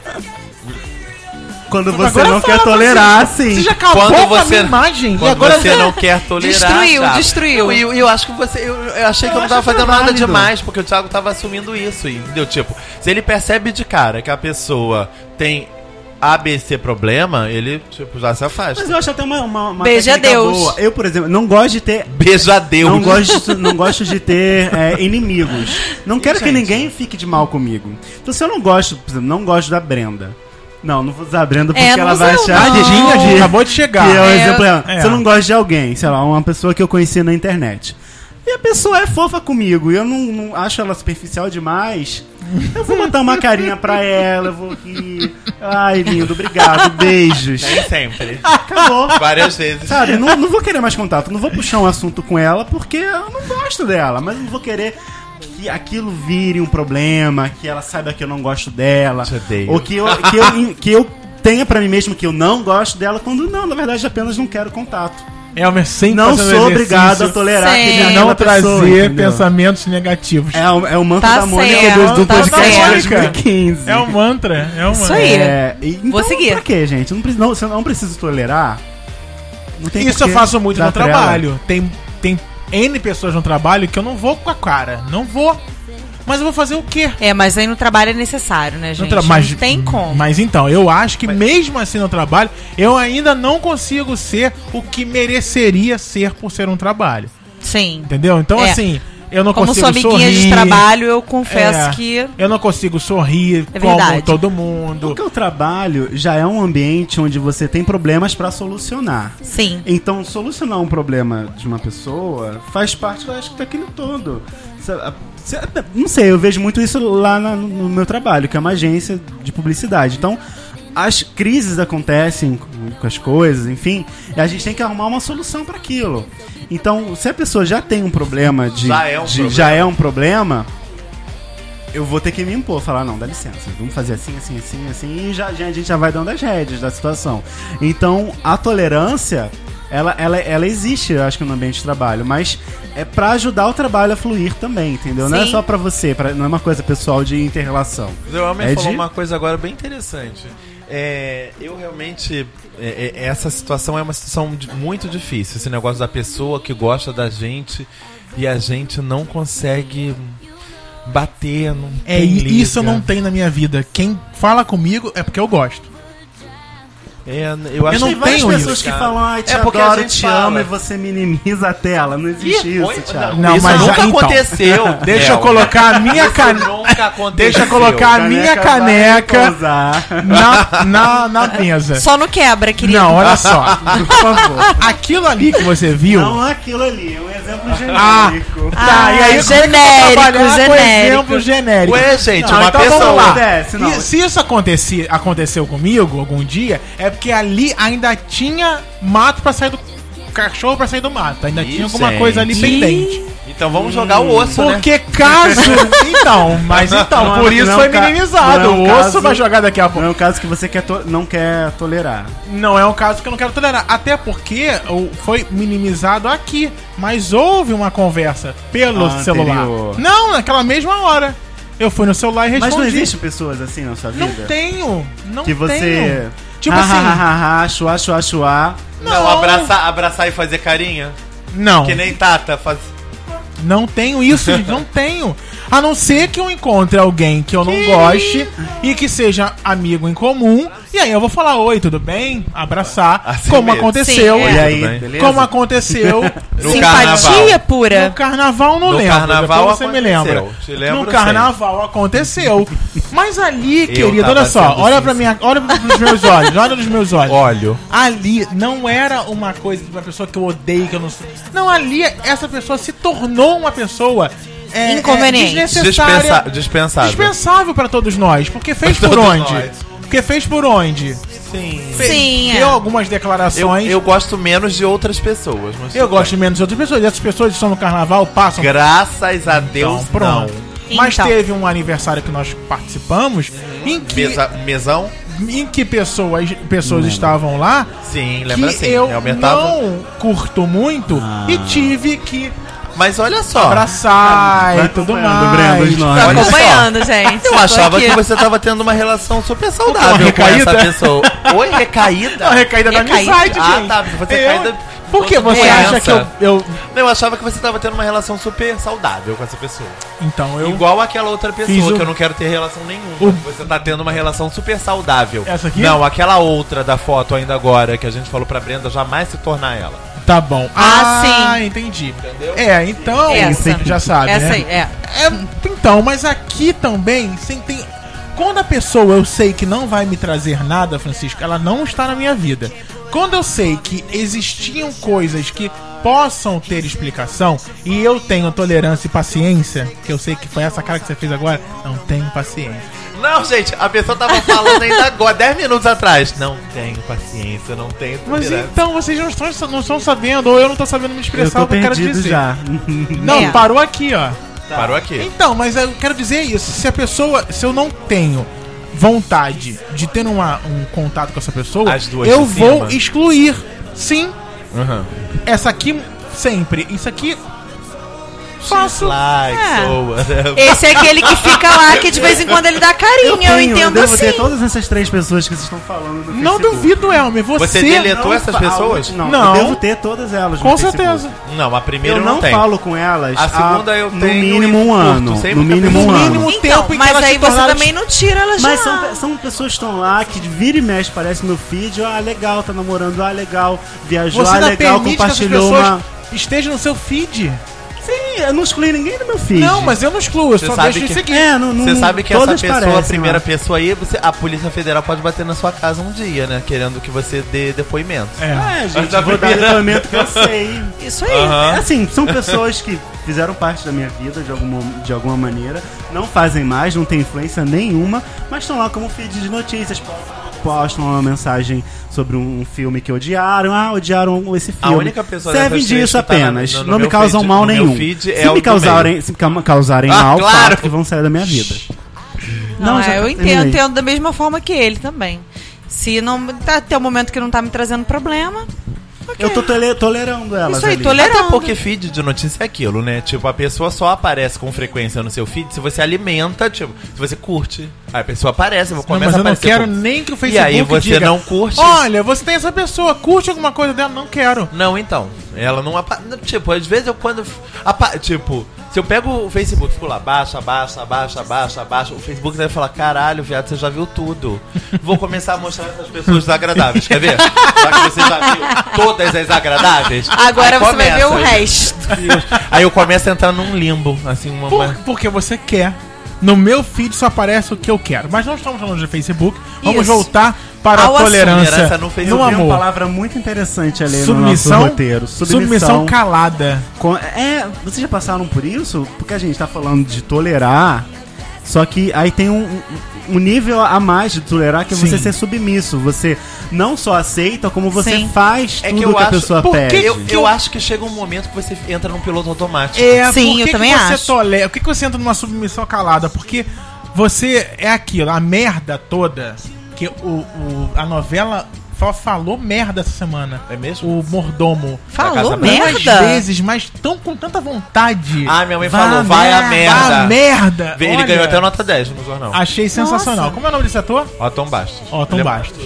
Quando você Agora não fala quer tolerar, você, sim. Você já acabou Quando com você- a minha imagem. E Quando agora você não quer tolerar. Destruiu, Thiago. destruiu. Eu, eu, eu acho que você. Eu, eu achei que eu, Eu não tava acho que é fazendo nada válido. demais, porque o Thiago tava assumindo isso, entendeu? Tipo, se ele percebe de cara que a pessoa tem A B C problema, ele, tipo, já se afasta. Mas eu acho até uma, uma, uma Beijo a técnica Deus. boa. Eu, por exemplo, não gosto de ter Beija Deus. Não gosto, não gosto de ter é, inimigos. Não quero que gente? ninguém fique de mal comigo. Então, se eu não gosto, por exemplo, não gosto da Brenda. Não, não vou usar a Brenda porque É, não ela vai usa achar não. Tadinha, que, acabou de chegar. que é um É. exemplo. É. É. Se eu não gosto de alguém, sei lá, uma pessoa que eu conheci na internet. E a pessoa é fofa comigo e eu não, não acho ela superficial demais. Eu vou botar uma carinha pra ela, eu vou rir. Ai, lindo, obrigado, beijos. Nem sempre. Acabou. Várias vezes. Sabe, não, não vou querer mais contato, não vou puxar um assunto com ela porque eu não gosto dela, mas não vou querer que aquilo vire um problema, que ela saiba que eu não gosto dela, Te odeio. ou que eu, que, eu, que eu tenha pra mim mesmo que eu não gosto dela, quando não, na verdade apenas não quero contato. Elmer sempre Não fazendo sou exercício obrigado a tolerar Sim. aquele- e aquela não pessoa, trazer entendeu? pensamentos negativos. É o, é o manto Tá da Mônica certo, do, do tá podcast de certo. dois mil e quinze. É um mantra. É um Isso mantra. aí. É, e, então, Vou seguir. Pra quê, gente? Não, preciso- não, você não precisa tolerar. Não tem Isso por eu que faço muito dar no trela. trabalho. Tem, tem N pessoas no trabalho que eu não vou com a cara. Não vou. Mas eu vou fazer o quê? É, mas aí no trabalho é necessário, né, No gente? tra- mas, Não tem como. Mas então, eu acho que mesmo assim no trabalho, eu ainda não consigo ser o que mereceria ser por ser um trabalho. Sim. Entendeu? Então, É. assim, eu não Como consigo sua amiguinha sorrir. de trabalho, eu confesso É. que... Eu não consigo sorrir É como verdade. todo mundo. Porque o trabalho já é um ambiente onde você tem problemas pra solucionar. Sim. Então, solucionar um problema de uma pessoa faz parte, eu acho, daquilo todo. Cê- cê- Não sei, eu vejo muito isso lá na- no meu trabalho, que é uma agência de publicidade. Então, as crises acontecem com, com as coisas, enfim, e a gente tem que arrumar uma solução para aquilo. Então, se a pessoa já tem um problema de Já é um de- problema. já é um problema, eu vou ter que me impor, falar, não, dá licença, vamos fazer assim, assim, assim, assim, e já, já- a gente já vai dando as rédeas da situação. Então, a tolerância, ela, ela, ela existe, eu acho que no ambiente de trabalho, mas é pra ajudar o trabalho a fluir também, entendeu? Não é Sim. só pra você, pra- não é uma coisa pessoal de inter-relação. O Elmer É falou de- uma coisa agora bem interessante. É, eu realmente. é, é, essa situação é uma situação de- muito difícil. Esse negócio da pessoa que gosta da gente e a gente não consegue bater. Não É, tem e isso eu liga. não tenho na minha vida. Quem fala comigo é porque eu gosto. É, eu acho não Tem que várias tenho pessoas isso, que cara. falam, ai, te É porque a adoro, gente te fala. amo, e você minimiza a tela. Não existe Ih, isso, oi? Thiago. Não, Isso mas nunca já- então, aconteceu. Deixa eu Bel. colocar a minha Isso caneca. nunca aconteceu. Deixa eu colocar a minha vai caneca repousar. na, na, na mesa. Só no quebra, querido. Não, olha só. Por favor. Aquilo ali que você viu. Não aquilo ali, é um exemplo. exemplo Ah, genérico. tá, Ah, e aí como é que eu vou genérico, trabalhar com genérico. exemplo genérico? Ué, gente, Não, uma então pessoa. vamos lá. Desce, não. E se isso acontecer, aconteceu comigo algum dia, é porque ali ainda tinha mato pra sair do cachorro pra sair do mato. Ainda Ih, tinha alguma gente. coisa ali pendente. Então vamos jogar o osso, né? Porque caso. Então, mas então, Não, por não isso é um foi ca- minimizado. não é um O osso caso- vai jogar daqui a Não pouco. é um caso que você quer to- não quer tolerar. Não é um caso que eu não quero tolerar. Até porque o- foi minimizado aqui. Mas houve uma conversa pelo Ah, celular. anterior. Não, naquela mesma hora. Eu fui no celular e respondi. Mas não existem pessoas assim na sua vida? Não tenho. Não Que você... tenho. Tipo Ha, assim. ha, ha, ha, chuá, chuá, chuá. Não, Não. abraçar, abraçar e fazer carinha. Não. Que nem Tata faz. Não tenho isso, gente, não tenho. A não ser que eu encontre alguém que eu não goste e que seja amigo em comum. E aí eu vou falar, oi, tudo bem? Abraçar, Assim como mesmo. aconteceu. Sim, é. E aí, Tudo bem. beleza? Como aconteceu No Simpatia carnaval. pura. no carnaval, não No lembro. carnaval depois você me aconteceu. lembra. Te lembro No carnaval aconteceu. Mas ali, Eu querido, tava olha só, sendo olha sim, pra sim. minha, olha pros meus olhos, olha nos meus olhos. Óleo. Ali não era uma coisa de uma pessoa que eu odeio, que eu não sei. Não, ali essa pessoa se tornou uma pessoa é, Inconveniente. é, desnecessária, Dispensa, dispensável. dispensável pra todos nós. Porque fez Pra por todos onde? nós. Porque fez por onde? Sim. Fez, Sim, deu é. algumas Eu, declarações. eu Eu, gosto menos de outras pessoas. Mas tudo gosto bem. menos de outras pessoas. E essas pessoas que estão no carnaval passam. Graças a Deus, Então, pronto. não. Mas Então. teve um aniversário que nós participamos em que, Mesa, mesão? em que pessoas, pessoas estavam lá Sim, lembra que assim. eu aumentava. não curto muito e tive que Mas olha só. abraçar Vai e tudo acompanhando, mais. Brenda, nós. Tô Olha só. acompanhando, gente. Eu tô achava aqui. que você tava tendo uma relação super Uma saudável com recaída? essa pessoa. Oi, recaída? A recaída da Recaída. amizade, Ah, gente. tá. Você Eu- recaída. Por que você Doença. acha que eu, eu... Não, eu achava que você tava tendo uma relação super saudável com essa pessoa. Então, eu... Igual aquela outra Fiz pessoa o- que eu não quero ter relação nenhuma. O- Você tá tendo uma relação super saudável. Essa aqui? Não, aquela outra da foto ainda agora, que a gente falou pra Brenda jamais se tornar ela. Tá bom. Ah, sim. entendi. Entendeu? É, então... Essa. Já sabe, Essa né? aí, é. É, então, mas aqui também, sem tem... quando a pessoa eu sei que não vai me trazer nada, Francisco, ela não está na minha vida. Quando eu sei que existiam coisas que possam ter explicação e eu tenho tolerância e paciência, que eu sei que foi essa cara que você fez agora, não tenho paciência. Não, gente, a pessoa tava falando ainda agora, dez minutos atrás. Não tenho paciência, não tenho Mas tolerância. então vocês não estão, não estão sabendo, ou eu não estou sabendo me Eu expressar tô o que eu quero perdido dizer. já. Não, É. parou aqui, ó. Parou aqui. Então, mas eu quero dizer isso. Se a pessoa, se eu não tenho vontade de ter uma, um contato com essa pessoa, As duas eu de vou cima. excluir. Sim, Uhum. essa aqui sempre. Isso aqui faço. Like, É. so whatever. Esse é aquele que fica lá, que de vez em quando ele dá carinho, eu, tenho, entendo devo assim. ter todas essas três pessoas que vocês estão falando no Não Facebook. duvido, Elmer. Você, Você deletou Não essas falo- pessoas? Não, Não. eu devo ter todas elas com no Facebook. certeza. Não, a primeira Eu eu não, não tenho. falo com elas. A segunda eu no tenho mínimo um e curto, ano. sempre No que a mínimo pessoa- um No ano. mínimo- o Então, tempo em que mas elas aí se você tornaram- também não tira elas Mas já. são, são pessoas que estão lá, que vira e mexe, parece no feed, ah, legal, tá namorando, ah, legal, viajou, Você ah, ainda legal, permite que essas compartilhou pessoas uma... estejam no seu feed. Sim, eu não excluí ninguém do meu feed. Não, mas eu não excluo, eu Você só sabe deixo de que- seguir. É, não, não, Você sabe que essa todas pessoa, a parecem primeira lá. pessoa aí, você, a Polícia Federal pode bater na sua casa um dia, né? Querendo que você dê depoimento. É. É, gente, da vou dar primeira- depoimento que eu sei. Isso aí. Aham. É assim, são pessoas que fizeram parte da minha vida de alguma, de alguma maneira, não fazem mais, não tem influência nenhuma, mas estão lá como feed de notícias, postam uma mensagem sobre um filme que odiaram, ah, odiaram esse filme. A única pessoa servem dessas três disso que tá na- apenas, no- no não me meu causam feed- mal no meu nenhum. feed é se o me do causarem, se ca- causarem Ah, mal, claro. fato que vão sair da minha vida. Não, já é, eu tá- entendo, terminei. entendo da mesma forma que ele também. Se não tá até o momento que não tá me trazendo problema, ok. Eu tô tole- tolerando elas Isso aí, ali. tolerando. Até porque feed de notícia é aquilo, né? Tipo, a pessoa só aparece com frequência no seu feed se você alimenta, tipo, se você curte. Aí a pessoa aparece, Não, começa mas a eu não aparecer. quero com- nem que o E Facebook aí você diga, não curte. olha, você tem essa pessoa, curte alguma coisa dela? Não quero. Não, então. Ela não aparece. Tipo, às vezes eu quando. apa- Tipo, se eu pego o Facebook, fico lá, baixa, baixa, baixa, baixa, baixa. O Facebook deve falar: caralho, viado, você já viu tudo. Vou começar a mostrar essas pessoas desagradáveis. Quer ver? Já que você já viu todas as agradáveis. Agora aí você vai ver o começa, resto. Aí eu começo a entrar num limbo. Assim, uma. Por, uma- porque você quer. no meu feed só aparece o que eu quero. Mas não estamos falando de Facebook. Vamos Isso. voltar para Ao a tolerância assunto. No no, Facebook. Tem uma amor. palavra muito interessante ali Submissão, no nosso roteiro. submissão calada. Com- É, vocês já passaram por isso? Porque a gente tá falando de tolerar, só que aí tem um, um- um nível a mais de tolerar, que é você Sim. ser submisso. Você não só aceita, como você Sim. faz É tudo que que, eu a acho- pessoa Por que pede. Eu, eu acho que chega um momento que você entra num piloto automático. É, Sim, por que eu que também você acho. tolera? Por que, que você entra numa submissão calada? Porque você é aquilo, a merda toda que o, o- a novela só falou merda essa semana. É mesmo? O mordomo. Falou Casa Branca? Algumas merda? vezes, mas tão com tanta vontade. Ah, minha mãe Vá falou, vai a merda. Vá a merda. Ele Olha, ganhou até nota dez no jornal. Achei sensacional. Nossa. Como é o nome desse ator? Ó, Tom Bastos. Ó, Tom Ele é- Bastos.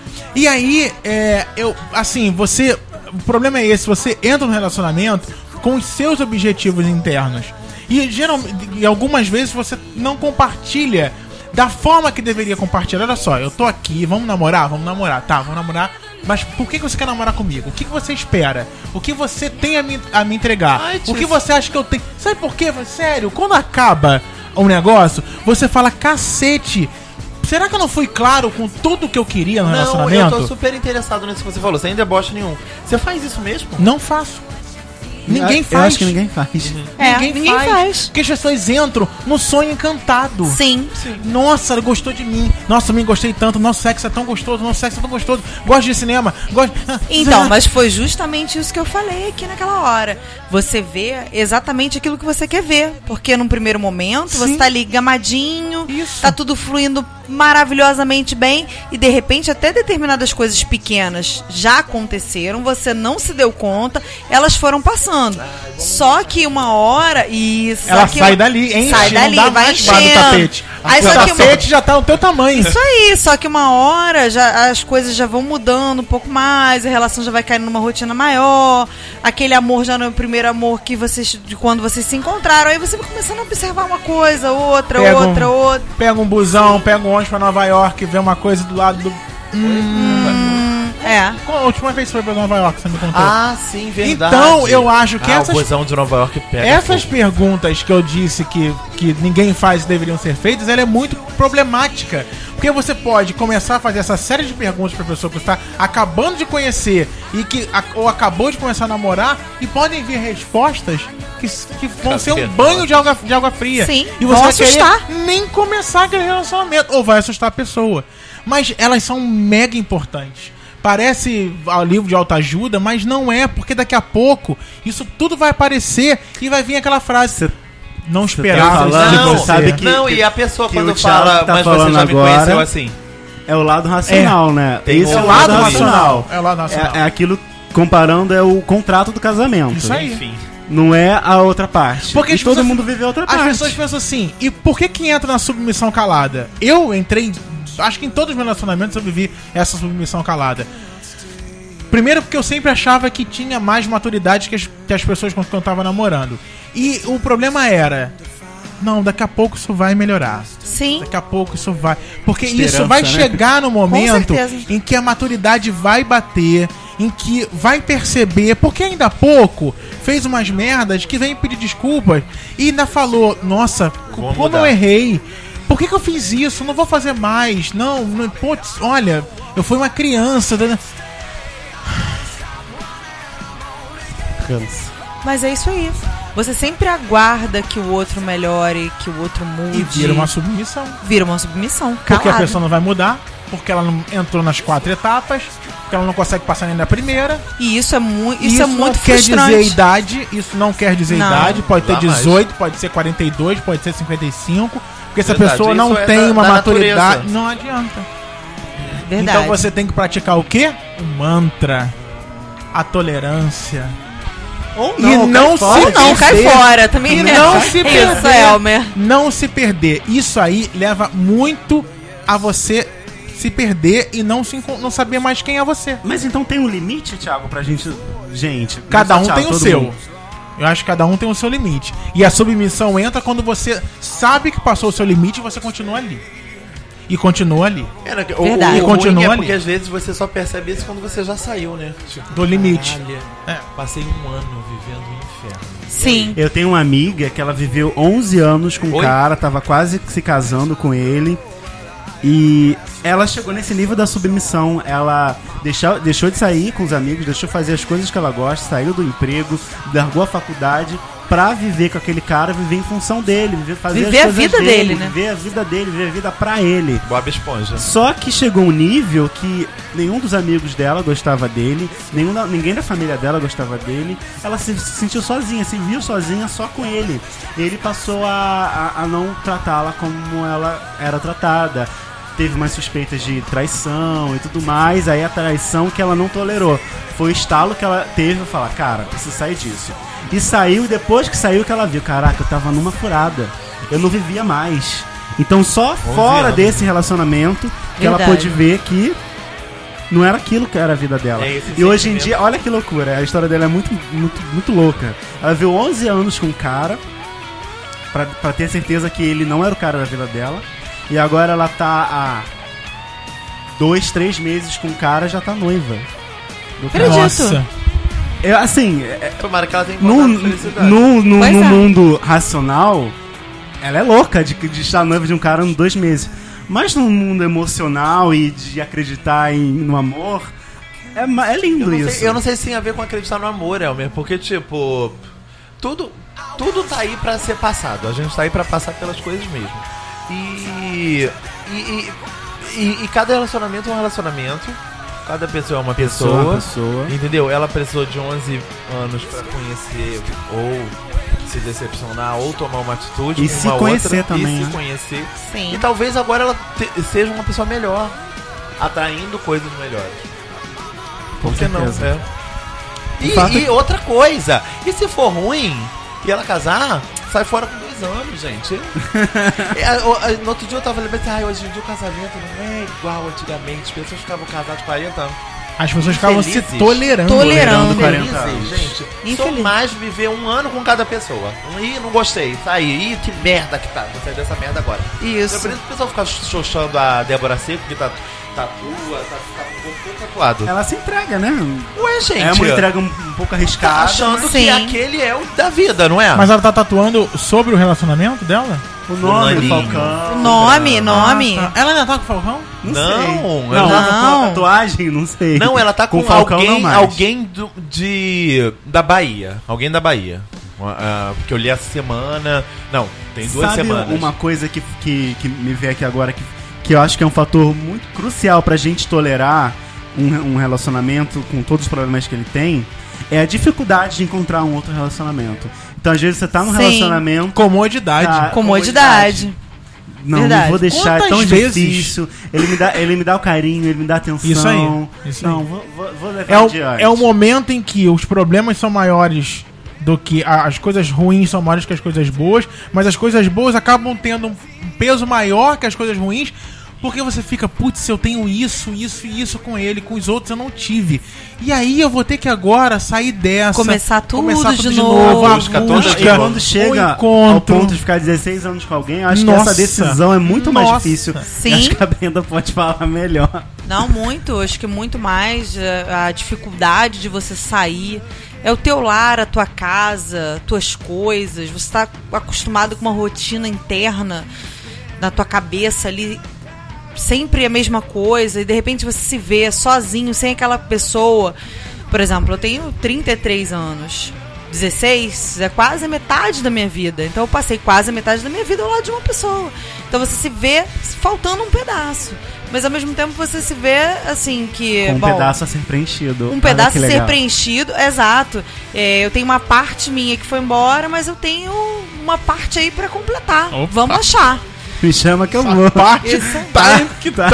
E aí, é, eu, assim, você. O problema é esse, você entra no relacionamento com os seus objetivos internos. E, geral, e algumas vezes você não compartilha da forma que deveria compartilhar. Olha só, eu tô aqui, vamos namorar? Vamos namorar. Tá, vamos namorar. Mas por que que você quer namorar comigo? O que que você espera? O que você tem a me, a me entregar? Ai, O que tio. você acha que eu tenho? Sabe por quê? Sério, quando acaba um negócio, você fala, cacete, será que eu não fui claro com tudo que eu queria no Não, eu relacionamento? tô super interessado nisso que você falou. Sem deboche nenhum. Você faz isso mesmo? Não faço. Ninguém Eu faz. acho que ninguém faz. É, ninguém faz. Porque as pessoas entram no sonho encantado. Sim. Nossa, ela gostou de mim. Nossa, eu me gostei tanto. Nosso sexo é tão gostoso. Nosso sexo é tão gostoso. Gosto de cinema. Gosto... Então, mas foi justamente isso que eu falei aqui naquela hora. Você vê exatamente aquilo que você quer ver. Porque num primeiro momento, Sim. você tá ali gamadinho, Isso. tá tudo fluindo maravilhosamente bem, e de repente até determinadas coisas pequenas já aconteceram, você não se deu conta, elas foram passando. Só que uma hora, e Ela sai dali, enche, sai dali, não dá vai mais bar do enchendo. tapete. Aí o só que uma- tapete já tá no teu tamanho. Isso aí, só que uma hora já, as coisas já vão mudando um pouco mais, a relação já vai caindo numa rotina maior, aquele amor já não é o primeiro amor que vocês, de quando vocês se encontraram, aí você vai começando a observar uma coisa, outra, Pega um- outra, outra. Pega um busão, pega um ônibus pra Nova York, vê uma coisa do lado do... Hum, é. Qual a última vez que você foi pra Nova York, você me contou? Ah, sim, verdade. Então, eu acho que ah, essas- o busão de Nova York pega Essas fogo. perguntas que eu disse que, que ninguém faz e deveriam ser feitas, ela é muito problemática. Porque você pode começar a fazer essa série de perguntas pra pessoa que você está acabando de conhecer e que a- ou acabou de começar a namorar, e podem vir respostas que, que vão ser um Cafetona. banho de água, de água fria. Sim, e vão você vai assustar. querer nem começar aquele relacionamento, ou vai assustar a pessoa. Mas elas são mega importantes. Parece ah, livro de autoajuda, mas não é, porque daqui a pouco isso tudo vai aparecer e vai vir aquela frase. Cê- Não Cê tá esperava falando, de Não, você. sabe que- não, e a pessoa que quando o Thiago fala, tá mas você falando já me agora- conheceu assim. É o lado racional, né? Tem Esse um é o lado lado racional. racional. É o lado racional. É, é aquilo, comparando, é o contrato do casamento. Isso aí. Enfim. Não é a outra parte. Porque e as todo pessoas- mundo vive a outra As parte. pessoas pensam assim, e por que que entra na submissão calada? Eu entrei, acho que em todos os meus relacionamentos eu vivi essa submissão calada. Primeiro porque eu sempre achava que tinha mais maturidade que as, que as pessoas com quem eu tava namorando. E o problema era, não, daqui a pouco isso vai melhorar. Sim. Daqui a pouco isso vai. Porque Esperança, isso vai né? chegar no momento certeza. em que a maturidade vai bater, em que vai perceber, porque ainda há pouco fez umas merdas que vem pedir desculpas e ainda falou: nossa, Vou como mudar. eu errei. Por que, que eu fiz isso? Não vou fazer mais. Não, não putz, olha, eu fui uma criança. né? Cansa. Mas é isso aí. Você sempre aguarda que o outro melhore, que o outro mude. E vira uma submissão. Vira uma submissão. Porque calado. a pessoa não vai mudar, porque ela não entrou nas quatro etapas, porque ela não consegue passar nem da primeira. E isso é, mu isso Isso é muito não quer frustrante. dizer idade, isso não quer dizer Não. idade, pode ter Jamais. dezoito, pode ser quarenta e dois, pode ser cinquenta e cinco, porque se a Verdade, pessoa não isso é tem da- uma da maturidade, natureza. não adianta. Verdade. Então você tem que praticar o quê? O mantra, a tolerância. Ou E não se Ou não, cai perder. fora também. E né? não se Isso, perder. Elmer. Não se perder. Isso aí leva muito a você se perder e não, se, encon- não saber mais quem é você. Mas então tem um limite, Thiago, pra gente. Gente. Cada não um só tem Thiago, o todo seu. mundo. Eu acho que cada um tem o seu limite. E a submissão entra quando você sabe que passou o seu limite e você continua ali. e continua ali. Era, o, Verdade. o, E o continua ruim é ali. porque às vezes você só percebe isso quando você já saiu, né? Tipo, Do limite. caralho, É. Passei um ano vivendo um inferno. Sim. Eu tenho uma amiga que ela viveu onze anos com um Oi? cara, tava quase se casando com ele. E ela chegou nesse nível da submissão. Ela deixou, deixou de sair com os amigos, deixou de fazer as coisas que ela gosta, saiu do emprego, largou a faculdade pra viver com aquele cara, viver em função dele, viver, fazer Viver as a coisas vida dele, né? Viver a vida dele, viver a vida pra ele. Bob Esponja. Só que chegou um nível que nenhum dos amigos dela gostava dele, nenhum da- ninguém da família dela gostava dele. Ela se sentiu sozinha, se viu sozinha só com ele. Ele passou a, a, a não tratá-la como ela era tratada. Teve umas suspeitas de traição e tudo mais. Aí a traição que ela não tolerou foi o estalo que ela teve pra falar, cara, preciso sair disso. E saiu, e depois que saiu que ela viu, caraca, eu tava numa furada. Eu não vivia mais. Então só fora anos. desse relacionamento que ela Verdade. pôde ver que não era aquilo que era a vida dela. É esse E hoje em sentimento. dia, olha que loucura, a história dela é muito, muito, muito louca. Ela viveu onze anos com um cara pra, pra ter certeza que ele não era o cara da vida dela. E agora ela tá há dois, três meses com o cara e já tá noiva. Do cara. Acredito. Nossa. É, assim, é, Tomara que ela tenha no, encontrado felicidade. no, no, Pois no é. mundo racional, ela é louca de, de estar noiva de um cara em dois meses. Mas no mundo emocional e de acreditar em, no amor, é, ma- é Eu lindo não, isso. sei, eu não sei se tem a ver com acreditar no amor, Elmer, porque, tipo, tudo, tudo tá aí pra ser passado. A gente tá aí pra passar pelas coisas mesmo. E. E, e, e- e cada relacionamento é um relacionamento. Cada pessoa é uma pessoa. pessoa. Entendeu? Ela precisou de onze anos pra conhecer ou se decepcionar ou tomar uma atitude. E com se uma conhecer outra, também, E né? se conhecer. Sim. E talvez agora ela te- seja uma pessoa melhor, atraindo coisas melhores. Com Por que não? certeza. É. E, O fato é e outra coisa, e se for ruim e ela casar, sai fora com dois anos, gente. É, o- a- no outro dia eu tava lembrando assim, ah, hoje em dia o casamento não é igual antigamente, as pessoas ficavam casadas quarenta anos. As pessoas ficavam se Felizes. tolerando. Tolerando. quarenta Felizes, anos. gente. Sou Infeliz. mais viver um ano com cada pessoa. Ih, não gostei, saí. Ih, que merda que tá. Vou sair dessa merda agora. Eu Isso. por isso que o pessoal fica xoxando a Débora Seco, que tá tatua, tá, tá com o corpo todo tatuado. Ela se entrega, né? Ué, gente. É uma entrega um, um pouco Tá arriscada. achando mas que Sim. aquele é o da vida, não é? Mas ela tá tatuando sobre o relacionamento dela? o nome do Fulaninho. Falcão. Nome, nome. Ah, tá. Ela ainda tá com o Falcão? Não, Não, sei. ela Não, não. com a tatuagem, não sei. Não, ela tá com, o Falcão não alguém, mais. alguém do, de da Bahia. Alguém da Bahia. Ah, porque eu li essa semana. Não, tem duas Sabe semanas. uma coisa que, que, que me vê aqui agora, que, que eu acho que é um fator muito crucial pra gente tolerar um, um relacionamento com todos os problemas que ele tem, é a dificuldade de encontrar um outro relacionamento. Então, às vezes, você tá num Sim. relacionamento... Comodidade. Tá. Comodidade. Não, Verdade. não vou deixar, é Quantas tão vezes- difícil. Ele me, dá, ele me dá o carinho, ele me dá atenção. Isso aí, isso não, aí. Vou, vou, vou levar É o, adiante. é o momento em que os problemas são maiores do que a- as coisas ruins são maiores que as coisas boas, mas as coisas boas acabam tendo um peso maior que as coisas ruins, porque você fica, putz, eu tenho isso, isso e isso com ele, com os outros eu não tive. E aí eu vou ter que agora sair dessa. Começar tudo começar de novo. a Busca toda busca, de E novo. quando chega o ao encontro. ponto de ficar dezesseis anos com alguém, eu acho Nossa. que essa decisão é muito mais Nossa. difícil. Sim. Eu acho que a Brenda pode falar melhor. Não, muito. Acho que muito mais eh, a dificuldade de você sair. É o teu lar, a tua casa, tuas coisas. Você está acostumado com uma rotina interna na tua cabeça ali, sempre a mesma coisa, e de repente você se vê sozinho, sem aquela pessoa. Por exemplo, eu tenho trinta e três anos. dezesseis é quase a metade da minha vida. Então eu passei quase a metade da minha vida ao lado de uma pessoa. Então você se vê faltando um pedaço. Mas ao mesmo tempo você se vê assim que. Com um bom, pedaço a ser preenchido. um Olha pedaço que a ser legal. preenchido, exato. É, eu tenho uma parte minha que foi embora, mas eu tenho uma parte aí pra completar. Opa. Vamos achar. Me chama que eu vou. Parte Isso. tá que tá.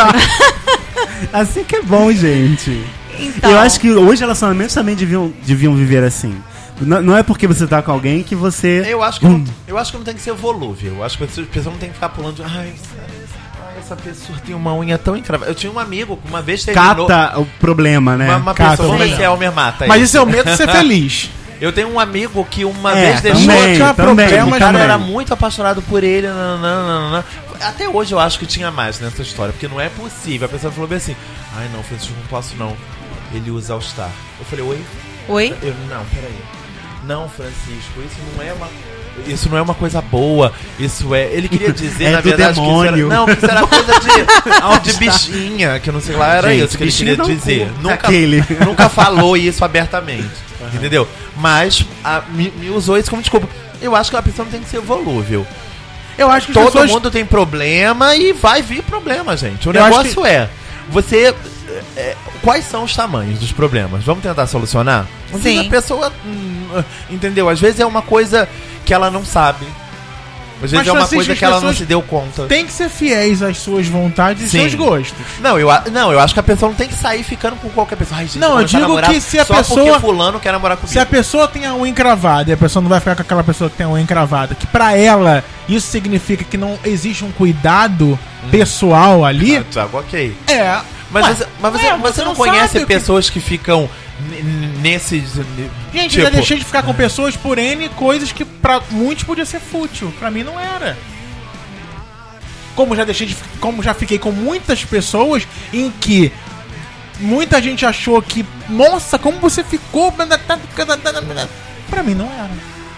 Assim que é bom, gente. Então, Eu acho que hoje relacionamentos também deviam, deviam viver assim. Não, não é porque você tá com alguém que você... Eu acho que não, eu acho que não tem que ser volúvel. Eu acho que a pessoa não tem que ficar pulando de. Ai, ai, essa pessoa tem uma unha tão encravada. Eu tinha um amigo que uma vez terminou. Cata o problema, né? Uma, uma Cata pessoa, o vamos ver problema. se é Elmer mata. Mas ele. isso é o medo de ser feliz. Eu tenho um amigo que uma É, vez deixou. também, Nunca também, problema, O cara também. era muito apaixonado por ele. Nananana. Até hoje eu acho que tinha mais nessa história, porque não é possível. A pessoa falou bem assim: ai não, Francisco, não posso não. Ele usa All Star. Eu falei: oi? Oi? Eu, não, peraí. Não, Francisco, isso não é uma. Isso não é uma coisa boa. Isso é. Ele queria dizer, É na do verdade, demônio. que isso era. Não, que isso era coisa de. de bichinha, que eu não sei lá, era Gente, isso que ele bichinho queria não dizer. cu. Nunca, Aquele. nunca falou isso abertamente. Uhum. Entendeu? Mas a, me, me usou isso como desculpa. Eu acho que a pessoa não tem que ser volúvel. Eu acho que as Todo pessoas... mundo tem problema e vai vir problema, gente. O Eu acho negócio é, você... É, quais são os tamanhos dos problemas? Vamos tentar solucionar? Às vezes Sim. a pessoa... hum, entendeu? Às vezes é uma coisa que ela não sabe. Às vezes Mas, é uma Francisco, coisa as que ela não pessoas se deu conta. Tem que ser fiéis às suas vontades e Sim. seus gostos. Não eu, a- não, eu acho que a pessoa não tem que sair ficando com qualquer pessoa. Ai, gente, Não, vou eu começar a digo namorar que se a só pessoa- porque fulano quer namorar comigo. Se a pessoa tem a unha encravada e a pessoa não vai ficar com aquela pessoa que tem a unha encravada, que pra ela isso significa que não existe um cuidado pessoal ali, Ah, Thiago, ok. é. Mas, Ué, você, mas você, ué, você você não, não conhece sabe o que- pessoas que, ficam n- n- nesses... Gente, tipo, eu já deixei de ficar com pessoas por N coisas que pra muitos podia ser fútil. Pra mim não era. Como já deixei de, como já fiquei com muitas pessoas em que muita gente achou que, nossa, como você ficou, pra mim não era.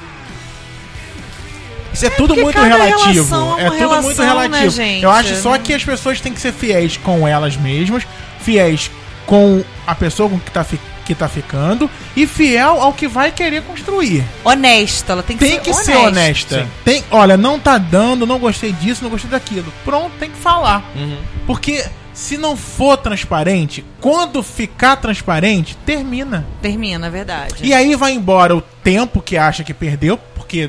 Isso é, tudo porque muito cada relativo. relação é É uma tudo muito relação, né, relativo. gente? Eu acho só que as pessoas têm que ser fiéis com elas mesmas, fiéis com a pessoa com que tá, fi- que tá ficando e fiel ao que vai querer construir. Honesta, ela tem que Tem ser que honesta. ser honesta. Sim. Tem, olha, não tá dando, não gostei disso, não gostei daquilo. Pronto, tem que falar. Uhum. Porque se não for transparente, quando ficar transparente, termina. Termina, é verdade. E aí vai embora o tempo que acha que perdeu, porque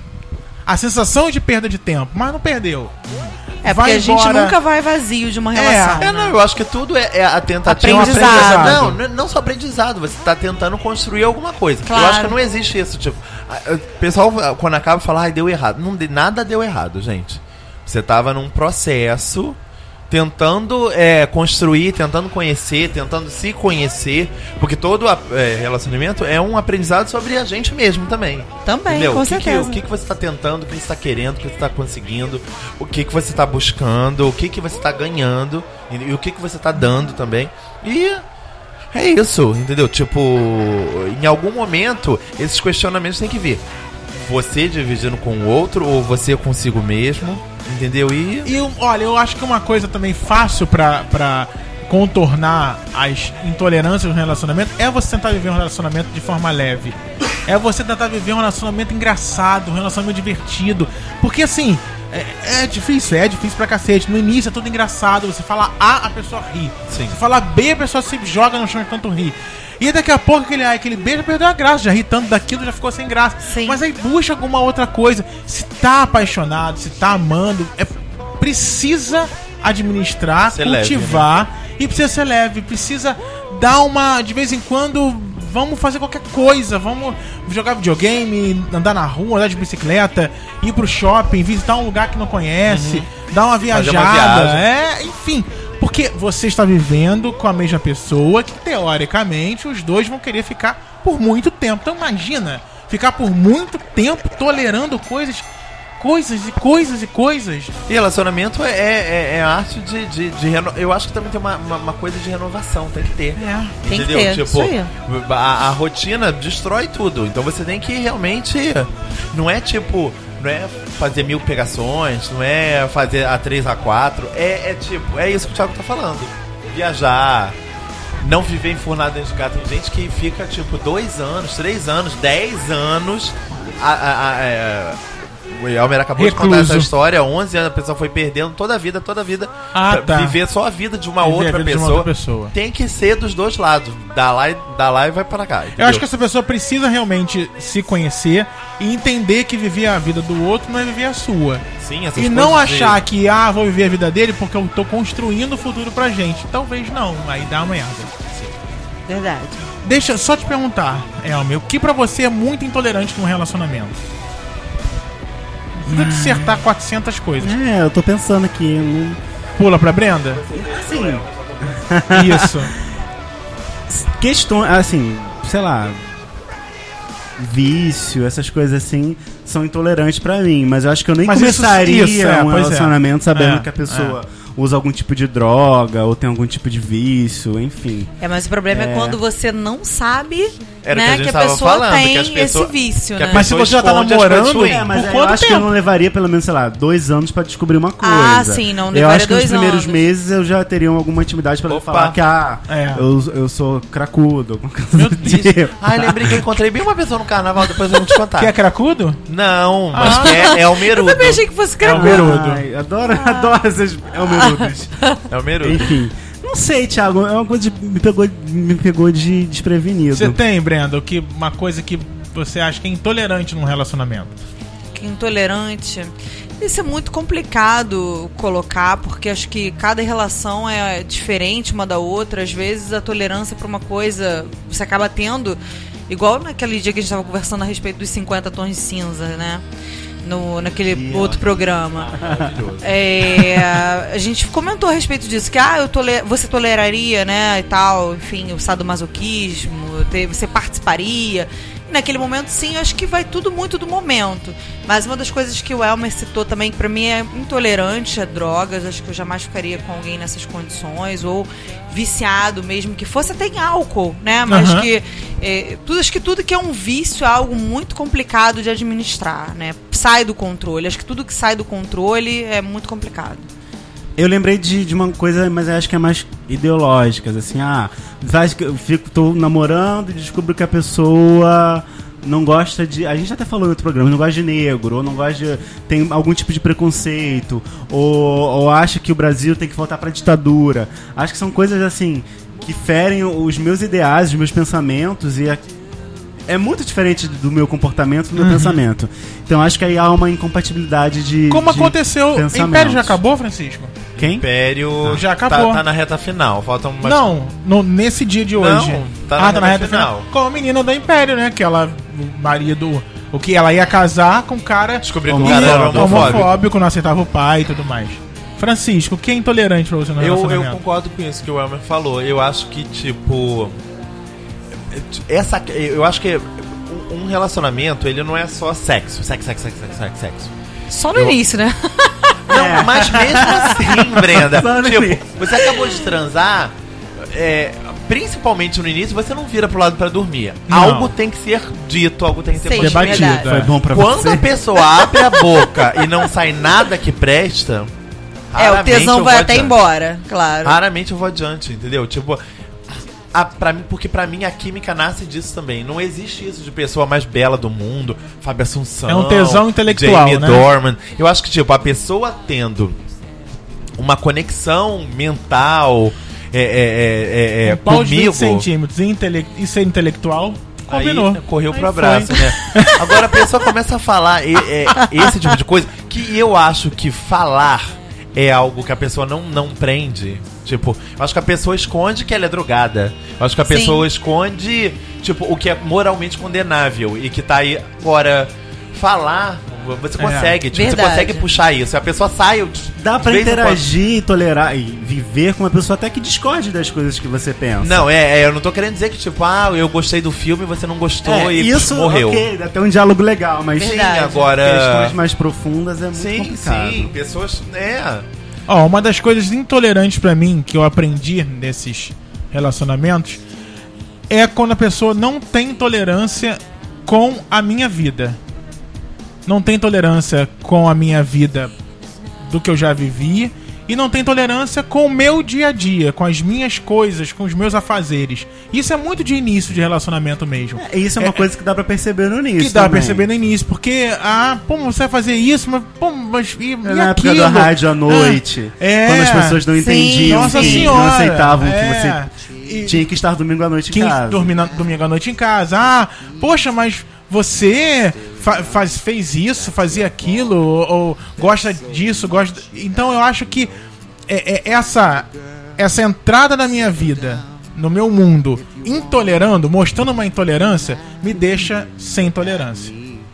a sensação é de perda de tempo, mas não perdeu. é porque vai a gente embora- nunca vai vazio de uma É, relação. É, né? não, eu acho que tudo é, é a tentativa. Aprendizado. Não, não, não só aprendizado, você tá tentando construir alguma coisa. Claro. Eu acho que não existe isso, tipo, a- o pessoal quando acaba fala, ai, deu errado. Não, de- nada deu errado, gente. Você tava num processo tentando é, construir, tentando conhecer, tentando se conhecer, porque todo a- é, relacionamento é um aprendizado sobre a gente mesmo também. Também, Entendeu? com o que que- certeza. o que, que você está tentando, o que você está querendo, o que você está conseguindo, o que, que você está buscando, o que, que você está ganhando e, e o que, que você está dando também. E é isso, entendeu? Tipo, em algum momento, esses questionamentos têm que vir. Você dividindo com o outro ou você consigo mesmo, entendeu? E E eu- olha, eu acho que uma coisa também fácil pra, pra contornar as intolerâncias no relacionamento é você tentar viver um relacionamento de forma leve. É você tentar viver um relacionamento engraçado, um relacionamento divertido. Porque assim, é, é difícil, é difícil pra cacete. No início é tudo engraçado, você fala A, a pessoa ri. Sim. Você fala B, a pessoa se joga no chão de tanto rir. E daqui a pouco aquele, aquele beijo perdeu a graça, já ri tanto daquilo, já ficou sem graça. Sim. Mas aí busca alguma outra coisa. Se tá apaixonado, se tá amando, é, precisa administrar, Ser leve, cultivar e precisa ser leve. Precisa dar uma. De vez em quando, vamos fazer qualquer coisa. Vamos jogar videogame, andar na rua, andar de bicicleta, ir pro shopping, visitar um lugar que não conhece, dar uma Fazer uma viajada. viagem. É, enfim. Porque você está vivendo com a mesma pessoa que, teoricamente, os dois vão querer ficar por muito tempo. Então imagina, ficar por muito tempo tolerando coisas, coisas e coisas e coisas. E relacionamento é, é, é a arte de, de, de reno... Eu acho que também tem uma, uma, uma coisa de renovação, tem que ter. É. Tem que Entendeu? ter, Tipo, isso aí. a, a rotina destrói tudo. Então você tem que realmente. Não é tipo. Não é fazer mil pegações, não é fazer a três a quatro. É, é tipo, é isso que o Thiago tá falando. Viajar. Não viver enfurnado dentro de casa. Tem gente que fica tipo dois anos, três anos, dez anos. A, a, a, é, o Elmer acabou de contar Recluso. essa história. onze anos a pessoa foi perdendo toda a vida, toda a vida. Ah, pra tá. Viver só a vida de uma, Viver a outra, vida de uma pessoa. outra pessoa. Tem que ser dos dois lados. Dá lá e, dá lá e vai para cá. Eu entendeu? acho que essa pessoa precisa realmente se conhecer e entender que viver a vida do outro não é viver a sua. Sim, essas E não coisas de- achar que, ah, vou viver a vida dele porque eu tô construindo o futuro pra gente. Talvez não, aí dá uma merda. Verdade. Deixa eu só te perguntar, Elmer, o que pra você é muito intolerante num relacionamento? Você tem que acertar quatrocentas coisas. É, eu tô pensando aqui. Não... Pula pra Brenda? Sim. Isso. Questões, assim, sei lá. vício, essas coisas assim, são intolerantes pra mim. Mas eu acho que eu nem Mas isso- começaria isso, é, um pois é. relacionamento sabendo É, que a pessoa usa algum tipo de droga ou tem algum tipo de vício, enfim. É, mas o problema é, É. quando você não sabe, Era o né, que a gente que a tava pessoa falando, tem que as pessoas- esse vício, que a né? Mas se você já tá esconde as coisas namorando, ruins. É, mas por aí eu quanto acho que tempo? eu não levaria pelo menos, sei lá, dois anos pra descobrir uma coisa. Ah, sim, não Eu levaria acho que nos dois primeiros anos. meses eu já teria alguma intimidade pra Opa. falar que, ah, É. eu, eu sou cracudo, alguma coisa Meu do Deus. tipo. Ai, lembrei que eu encontrei bem uma pessoa no carnaval, depois eu vou te contar. Que é cracudo? Não, mas Ah. que é, é o Eu Merudo. também achei que fosse É o cracudo. Merudo. Ai, adoro, adoro esses Elmerudos. É o Merudo. Enfim, não sei, Thiago, é uma coisa que me pegou, me pegou de desprevenido. Você tem, Brenda, o que, uma coisa que você acha que é intolerante num relacionamento? Que intolerante. Isso é muito complicado colocar, porque acho que cada relação é diferente uma da outra. Às vezes a tolerância para uma coisa você acaba tendo, igual naquele dia que a gente estava conversando a respeito dos cinquenta tons de cinza, né? No, naquele Yeah. outro programa. Maravilhoso. É, a gente comentou a respeito disso, que ah, eu tole- você toleraria, né, e tal, enfim, o sadomasoquismo, ter- você participaria. E naquele momento, sim, eu acho que vai tudo muito do momento. Mas uma das coisas que o Elmer citou também, que pra mim é intolerante a drogas, acho que eu jamais ficaria com alguém nessas condições, ou viciado mesmo, que fosse até em álcool, né, mas Aham. que é, tudo, acho que tudo que é um vício é algo muito complicado de administrar, né, sai do controle, acho que tudo que sai do controle é muito complicado. Eu lembrei de, de uma coisa, mas eu acho que é mais ideológica, assim, ah, faz que eu fico, tô namorando e descubro que a pessoa não gosta de, a gente até falou em outro programa, não gosta de negro, ou não gosta de, tem algum tipo de preconceito, ou, ou acha que o Brasil tem que voltar pra ditadura. Acho que são coisas, assim, que ferem os meus ideais, os meus pensamentos, e é, é muito diferente do meu comportamento, do meu Uhum. pensamento. Então acho que aí há uma incompatibilidade de Como de aconteceu... pensamentos. Império já acabou, Francisco? Quem? Império Já tá, acabou. tá na reta final. Faltam umas... Não, no- nesse dia de Não, hoje. tá na ah, tá na reta reta final. final. Com a menina da Império, né? Que ela, o marido... O que ela ia casar com um cara Descobri que o Homofóbico. cara era homofóbico. homofóbico, não aceitava o pai e tudo mais. Francisco, o que é intolerante pra você no Eu, eu relacionamento? concordo com isso que o Elmer falou. Eu acho que, tipo... Essa, eu acho que um relacionamento, ele não é só sexo. Sexo, sexo, sexo, sexo, sexo, sexo. Só no Eu- início, né? Não, É. mas mesmo assim, Brenda, Só no tipo, início. você acabou de transar, é, principalmente no início, você não vira pro lado pra dormir. Não. Algo tem que ser dito, algo tem que ser Sim, postado. Debatido. verdade. Foi bom pra Quando você? a pessoa abre a boca e não sai nada que presta, É, o raramente tesão eu vai vou até adiante. embora, claro. Raramente eu vou adiante, entendeu? Tipo, a, pra mim, porque pra mim a química nasce disso também. Não existe isso de pessoa mais bela do mundo, Fábio Assunção. É um tesão intelectual, Jamie né? Dornan. Eu acho que, tipo, a pessoa tendo uma conexão mental é, é, é, é, um pau de comigo. vinte centímetros e, intele- e ser intelectual, combinou. Aí correu Aí pro abraço, foi. né? Agora a pessoa começa a falar e- é, esse tipo de coisa que eu acho que falar é algo que a pessoa não, não prende. Tipo, eu acho que a pessoa esconde que ela é drogada. Eu acho que a Sim. pessoa esconde, tipo, o que é moralmente condenável e que tá aí. Agora, falar, você É. consegue, tipo, você Verdade. consegue puxar isso. A pessoa sai. eu- Dá de pra vez em quando- interagir e tolerar e viver com uma pessoa até que discorde das coisas que você pensa. Não, é, é, eu não tô querendo dizer que, tipo, ah, eu gostei do filme e você não gostou é, e isso morreu. ok, dá até um diálogo legal, mas Sim, Verdade. agora. questões mais profundas é muito Sim, complicado. sim, pessoas. É. Ó, uma das coisas intolerantes pra mim que eu aprendi nesses relacionamentos é quando a pessoa não tem tolerância com a minha vida. Não tem tolerância com a minha vida do que eu já vivi e não tem tolerância com o meu dia a dia, com as minhas coisas, com os meus afazeres. Isso é muito de início de relacionamento mesmo. É, isso é uma É- coisa que dá pra perceber no início. Que dá pra também. perceber no início, porque, ah, pô, você vai fazer isso, mas, pô, mas e, e É na época aquilo? da rádio à noite, É. quando as pessoas não Sim, entendiam, Nossa que senhora, não aceitavam é. que você E- tinha que estar domingo à noite em que casa. dormir na- domingo à noite em casa. Ah, poxa, mas você fa- faz, fez isso, fazia aquilo, ou, ou gosta disso, gosta. Então eu acho que é, é essa, essa entrada na minha vida, no meu mundo, intolerando, mostrando uma intolerância, me deixa sem tolerância.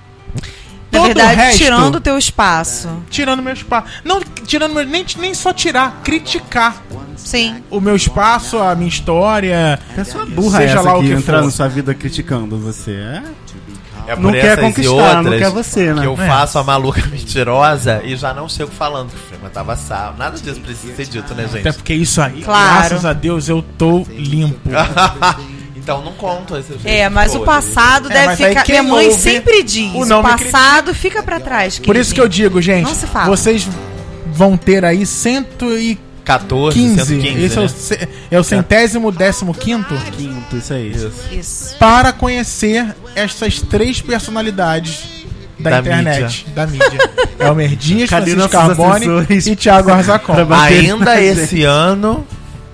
Na Todo verdade, o resto- tirando o teu espaço. Tirando meu espaço. Não tirando meu, nem, nem só tirar, criticar Sim. o meu espaço, a minha história. Pessoa burra seja essa lá o que que entrar for. na sua vida criticando você. É? É por não quer essas e conquistar, outras não quer você, né? que eu É. faço a maluca mentirosa e já não chego falando que frequentava sal. Nada disso precisa ser dito, né, Até gente? porque isso aí, Claro. graças a Deus, eu tô limpo. Então não conto esse jeito. É, mas o passado É, deve mas aí ficar. quem Minha mãe ouve, sempre diz: o o, não me passado fica pra trás. Por isso que eu digo, gente, Não se fala. vocês vão ter aí cento e quatorze, quinze. cento e quinze, Esse é, o, né? ce- é o centésimo décimo quinto Quinto, isso aí. Isso. Isso. para conhecer essas três personalidades da, Da internet, da mídia. É o Merdias, Cadê Francisco nossos Carbone assessores? e Thiago Arzacon. Pra bater Ainda na esse ano,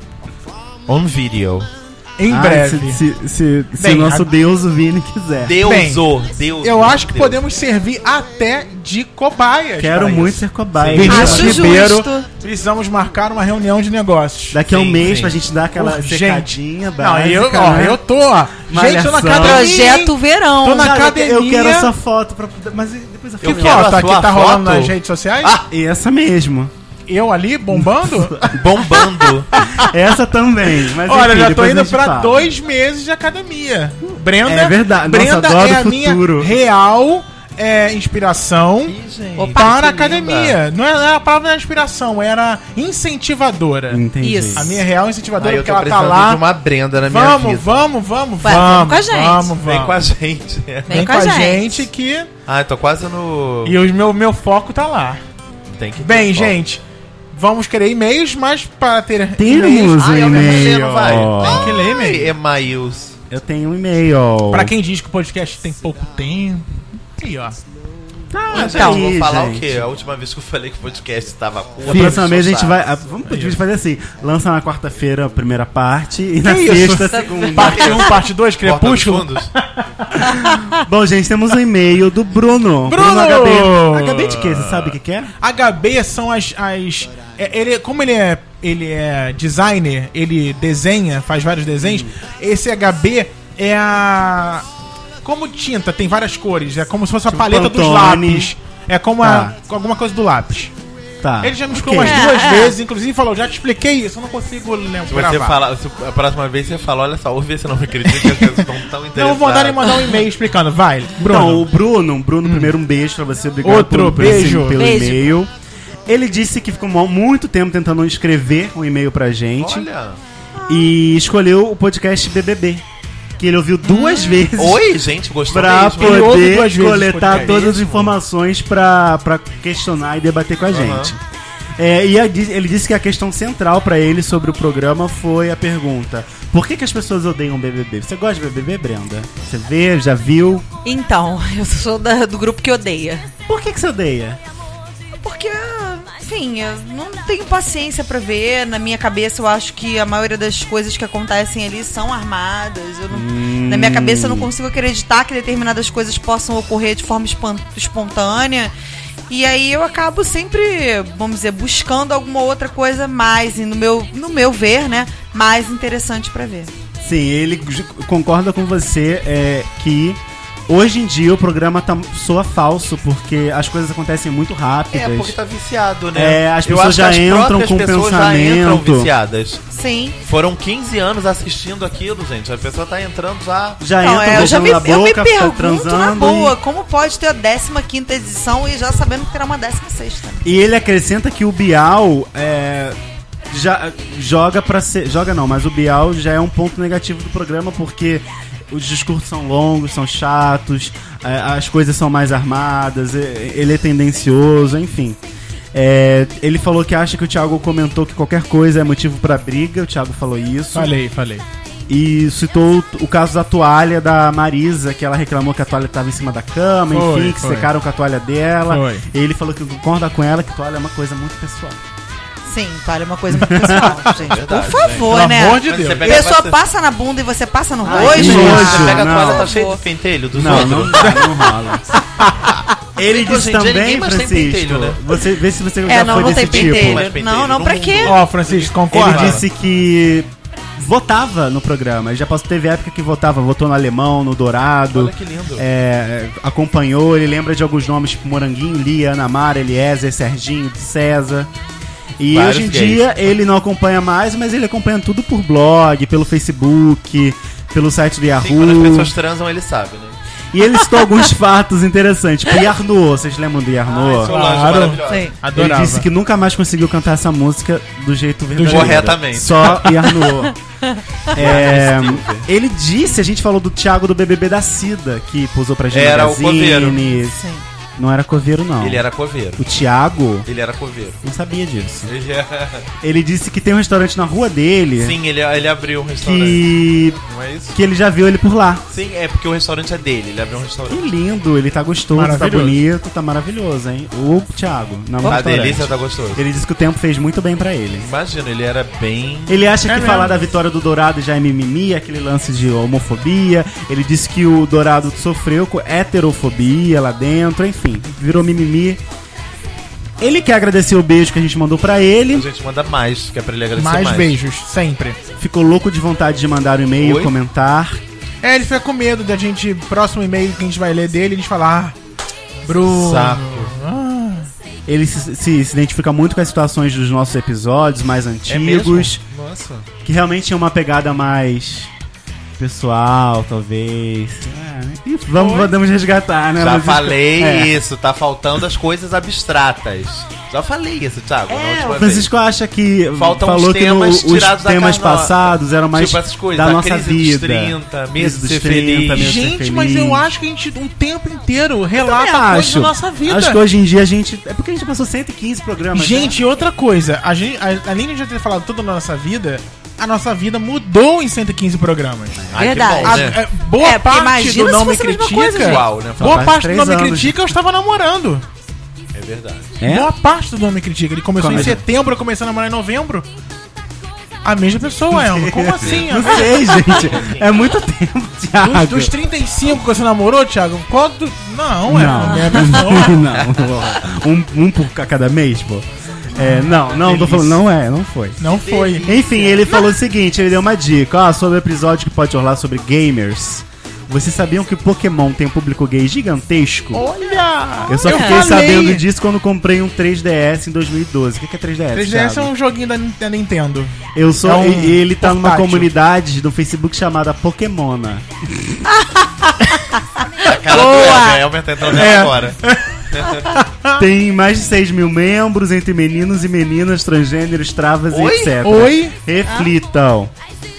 on video. Em Ah, breve. Se, se, se, se Bem, o nosso a- Deus, o Vini, quiser. Deusou, Deus. Eu acho que Deus. podemos servir até de cobaias. Quero para muito isso. ser cobaia. Sim. Vinícius Acho Ribeiro, justo. precisamos marcar uma reunião de negócios. Daqui a um Sim, mês sim. pra gente dar aquela Urgente. secadinha Não, básica, eu, ó, né? eu tô, ó. Gente, tô na Malhação. academia. Projeto hein? Verão. Tô na Sabe, academia. Eu quero essa foto, pra, mas depois eu Que Eu filmo. quero foto a aqui sua tá rolando foto. nas redes sociais? Ah! E essa mesmo. Eu ali, bombando? Bombando. Essa também. Mas, Olha, enfim, já tô depois a indo gente pra fala. dois meses de academia. Brenda, É verdade. Nossa, Brenda adoro é a o minha futuro. real é, inspiração Ih, gente, Opa. para a que linda. academia. Não era a palavra da inspiração, era incentivadora. Entendi. Isso. A minha real Aí incentivadora, eu porque tô ela tá precisando lá. de uma Brenda na minha Vamos, vida. vamos, vamos, Ué, vamos. vamos com a gente. Vamos, Vem vamos. com a gente. Vem com a gente que. Ah, eu tô quase no... E o meu, meu foco tá lá. Tem que ter Bem, foco. gente, vamos querer e-mails, mas para ter e-mails. Temos Ah, um eu quero ler, e-mail. não vai? Tem que ler e-mail. Ai, e-mails. Eu tenho um e-mail. Pra quem diz que o podcast tem pouco tempo. Aí, ó. Ah, Então, aí, vou falar gente. o quê? A última vez que eu falei que o podcast estava curto. A próxima vez a gente vai. ah, Vamos podia fazer assim: lança na quarta-feira a primeira parte e na Que isso? sexta a segunda. Parte um, parte dois, Crepúsculo. Fundos. Bom, gente, temos um e-mail do Bruno. Bruno! H B. H B de quê? Você sabe o que que é? H B são as. as é, ele, como ele é, ele é designer, ele desenha, faz vários desenhos. Esse H B é a. Como tinta, tem várias cores. É como se fosse a Tipo paleta dos Pantone. lápis. É como Tá. a, alguma coisa do lápis. Tá. Ele já me explicou Ok. umas É, duas é. vezes, inclusive falou, já te expliquei isso, eu não consigo lembrar. Se você falar, se a próxima vez você fala, olha só, ouve ver se não me acredita que as pessoas estão tão interessadas. Não, eu vou mandar ele mandar um e-mail explicando. Vai, Bruno. Então, o Bruno, Bruno, primeiro um beijo pra você, obrigado Outro por, por esse- beijo. pelo Beijo. e-mail. Ele disse que ficou mu- muito tempo tentando escrever um e-mail pra gente Olha. e escolheu o podcast B B B, que ele ouviu duas vezes Oi, gente, gostou pra mesmo? Ele ouve poder duas vezes o coletar podcast. todas as informações pra, pra questionar e debater com a gente. É, e a- ele disse que a questão central pra ele sobre o programa foi a pergunta: por que, que as pessoas odeiam B B B? Você gosta de B B B, Brenda? Você vê, já viu? Então, eu sou da- do grupo que odeia. Por que, que você odeia? Porque, enfim, eu não tenho paciência pra ver. Na minha cabeça, eu acho que a maioria das coisas que acontecem ali são armadas. Eu não- Hum. Na minha cabeça, eu não consigo acreditar que determinadas coisas possam ocorrer de forma espan- espontânea. E aí eu acabo sempre, vamos dizer, buscando alguma outra coisa mais, e no meu, no meu ver, né, mais interessante pra ver. Sim, ele j- concorda com você é, que hoje em dia o programa tá, soa falso, porque as coisas acontecem muito rápidas. É, porque tá viciado, né? É, as Eu pessoas acho que já as entram próprias com pessoas já entram pensamento. viciadas. Sim. Foram quinze anos assistindo aquilo, gente. A pessoa tá entrando já... Já Não, entram é, eu já me, beijando na eu me boca, fica pergunto transando. na boa, como pode ter a décima quinta edição e já sabendo que terá uma décima sexta. E, e ele acrescenta que o Bial é, já joga pra ser. Joga não, mas o Bial já é um ponto negativo do programa porque os discursos são longos, são chatos, é, as coisas são mais armadas, é, ele é tendencioso, enfim. É, ele falou que acha que o Thiago comentou que qualquer coisa é motivo pra briga, o Thiago falou isso. Falei, falei. E citou o, o caso da toalha da Marisa, que ela reclamou que a toalha estava em cima da cama, Foi, enfim, que foi. secaram com a toalha dela. Foi. E ele falou que concorda com ela que toalha é uma coisa muito pessoal. Sim, toalha é uma coisa muito pessoal, gente. Verdade, Por favor, Pelo né? amor de Mas Deus. você A pega pessoa você- passa na bunda e você passa no Ai, rosto. que Gente, nojo. você pega a não. toalha, tá cheio de pentelho dos Não, outros. não, não rola. Ele Porque disse hoje em dia também, ninguém mais tem Francisco, pentelho, né? você, vê se você É, já não, foi não tem desse tipo. pentelho. Mais pentelho Não, não, no pra mundo. quê? Ó, Francisco, concorda? Ele disse que votava no programa. Ele já passou, teve época que votava, votou no Alemão, no Dourado. Olha que lindo. É, acompanhou, ele lembra de alguns nomes tipo Moranguinho, Lia, Ana Mara, Eliezer, Serginho, César. E Vários hoje em gays. dia ele não acompanha mais, mas ele acompanha tudo por blog, pelo Facebook, pelo site do Yahoo. Sim, quando as pessoas transam, ele sabe, né? E ele citou alguns fatos interessantes. Tipo, Yarnô, vocês lembram do Yarnô? Solange, Claro. maravilhosa. Sim. Ele Adorava. disse que nunca mais conseguiu cantar essa música do jeito verdadeiro. Corretamente. Só Yarnô. É, ele disse, a gente falou do Thiago do B B B da Cida, que posou pra gente. Era o coveiro. Sim. Não era coveiro, não. Ele era coveiro. O Thiago, Ele era coveiro. não sabia disso. Ele era... Ele disse que tem um restaurante na rua dele. Sim, ele, ele abriu um restaurante. que, Não é isso? que ele já viu ele por lá. Sim, é porque o restaurante é dele. Ele abriu um Que restaurante. lindo, ele tá gostoso, tá Maravilhoso. bonito, tá maravilhoso, hein? O Thiago, não A delícia tá gostoso. Ele disse que o tempo fez muito bem pra ele. Imagina, ele era bem... Ele acha É que mesmo. falar da vitória do Dourado já é mimimi, aquele lance de homofobia. Ele disse que o Dourado sofreu com heterofobia lá dentro, enfim, virou mimimi. Ele quer agradecer o beijo que a gente mandou pra A ele. gente manda mais, que é pra ele agradecer Mais, mais. beijos, sempre. Ficou louco de vontade de mandar um e-mail, Oi? comentar. É, ele fica com medo da gente, próximo e-mail que a gente vai ler dele, a gente falar, ah, Bruno. Saco. Ah, Ele se, se- se identifica muito com as situações dos nossos episódios mais É antigos. mesmo? Nossa. Que realmente tinha uma pegada mais pessoal, talvez. É, e vamos, podemos resgatar, né? Já Mas isso- falei é. isso, tá faltando as coisas abstratas. Já falei isso, Thiago, na É, última o Francisco acha que Faltam falou uns que no- temas os tirados da temas carnota. passados eram mais Tipo essas coisas, da a nossa crise dos vida. trinta, medo Crise de dos ser trinta, feliz. medo de ser gente, mas feliz. eu acho que a gente o tempo inteiro Também relata coisas acho. da nossa vida. Acho que hoje em dia a gente... É porque a gente passou cento e quinze programas. Gente, outra coisa, a gente, a, além de já ter falado toda a nossa vida, a nossa vida mudou em cento e quinze programas. Ai, que Verdade. bom, A- né? é, boa É, porque parte imagina do se Não Me fosse a mesma Critica. coisa, gente. Igual, né? Boa Faz parte do três Não Me anos. Critica eu estava namorando. É verdade. É? Boa parte do Não Me Critica. Ele começou Como em é? setembro, eu comecei a namorar em novembro. A mesma pessoa, Elma. Como assim? Não sei, gente. É muito tempo, Thiago. Dos, dos trinta e cinco que você namorou, Thiago, qual do... Não, é a Não. mesma pessoa. não. Um, um por cada mês, pô. É, não, não, tô falando, não é, não foi. Não foi. Enfim, ele falou o seguinte, ele deu uma dica, ó, sobre o episódio que pode rolar sobre gamers. Vocês sabiam que Pokémon tem um público gay gigantesco? Olha! Eu só eu fiquei falei. sabendo disso quando comprei um três D S em dois mil e doze. O que que é três D S? três D S é Thiago? um joguinho da, da Nintendo. Eu sou, é um e- ele tá numa portátil. comunidade do Facebook chamada Pokémona. Aquela Boa. do Elmer, Elmer tá entrando nela É. agora. Tem mais de seis mil membros entre meninos e meninas, transgêneros, travas Oi? e etcétera. Oi? Reflitam.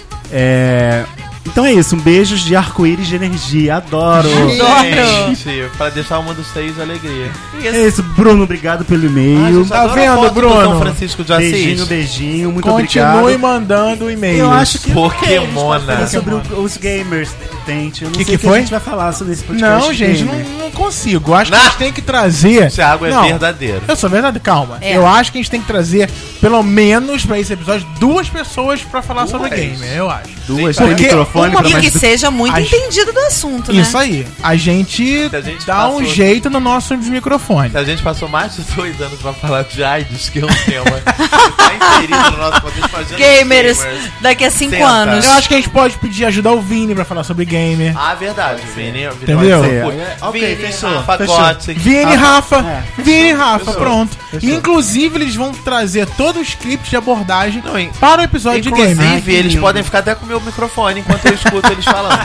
É... Então é isso, um beijos de arco-íris de energia, adoro. Gente, pra deixar o mundo cheio de alegria. É isso, Bruno, obrigado pelo e-mail. Tá Adoro a vendo, foto do Bruno? São Francisco de Assis. Beijinho, beijinho, muito Continue obrigado. mandando e-mails. Eu acho que Pokémona. falar sobre o- os gamers, tente. Eu não Que sei que o que a foi? gente vai falar sobre esse podcast. Não, gente, não, gamer. não consigo. Acho que Não. a gente tem que trazer. Thiago é Não, verdadeiro. Eu sou verdadeiro, calma. É. Eu acho que a gente tem que trazer, pelo menos pra esse episódio, duas pessoas pra falar sobre Duas? gamer, eu acho. Duas, Sim, tem porque microfone uma pra E mais... que seja muito As- entendido do assunto, né? Isso aí. A gente, Se a gente dá um passou- jeito no nosso microfone. Se a gente passou mais de dois anos pra falar de AIDS, que é um tema que tá inserido no nosso contexto, imagina os Gamers, daqui a cinco Senta. anos. Eu acho que a gente pode pedir ajuda ao Vini pra falar sobre gamer. Ah, verdade. Vini, Vini Entendeu? vai ser- É, ok, Vini, fechou, Rafa fechou. Gothic. Vini, Ah, Rafa, é. Vini, Rafa, Fechou. pronto. Fechou. Inclusive, eles vão trazer todo o script de abordagem Não, in- para o episódio de gamer. Inclusive, eles podem ficar até com o meu microfone enquanto eu escuto eles falando.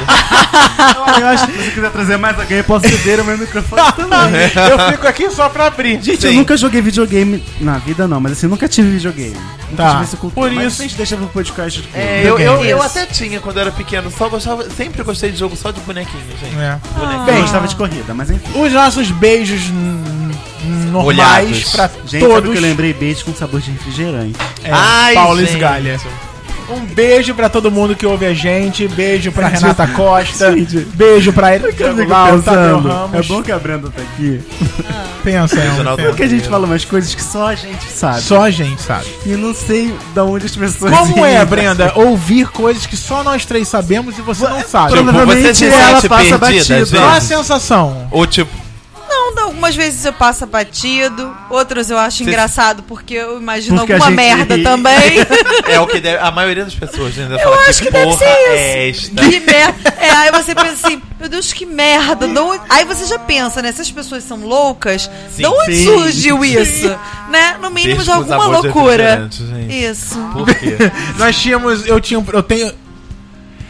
Eu acho que se você quiser trazer mais alguém, eu posso ceder o meu microfone também. Eu fico aqui só pra abrir. Gente, eu Sim. nunca joguei videogame na vida, não, mas assim, nunca tive videogame. Nunca Tá. tive essa cultura. Por Mas isso- a gente deixa pro podcast. de- É, eu, eu, eu Isso. até tinha quando eu era pequeno, só gostava, sempre gostei de jogo só de bonequinho, gente. É. Bonequinho. Eu Bem, gostava de corrida, mas enfim. Os nossos beijos hum, normais Molhados. pra Gente, sabe o todos. que eu lembrei? Beijo com sabor de refrigerante. É, Ai, Paulo gente. Esgalha. Um beijo pra todo mundo que ouve a gente. Beijo pra Renata Costa. Gente, Beijo pra ele. Eu fico Lau, Tadeu pensando, Ramos. é bom que a Brenda tá aqui. Pensa, Elma, Regional pensa. Porque a gente fala umas coisas que só a gente sabe. Só a gente sabe. E não sei da onde as pessoas... Como é, irem. Brenda, ouvir coisas que só nós três sabemos e você não sabe? Tipo, Provavelmente você se ela sente passa perdida, batida. Qual a gente? sensação? Ou tipo, Não, algumas vezes eu passo batido, outras eu acho Cê- engraçado porque eu imagino Porque a alguma gente merda ri. também. é o que deve, a maioria das pessoas ainda Eu fala acho que deve porra ser é isso. esta. Que merda. É, aí você pensa assim, meu Deus, que merda. de onde- Aí você já pensa, né? Se as pessoas são loucas, Sim, de onde sim. surgiu isso? Né? No mínimo Beijo de com alguma sabor de loucura. refrigerante, gente. Isso. Por quê? Nós tínhamos, eu tinha, eu tenho,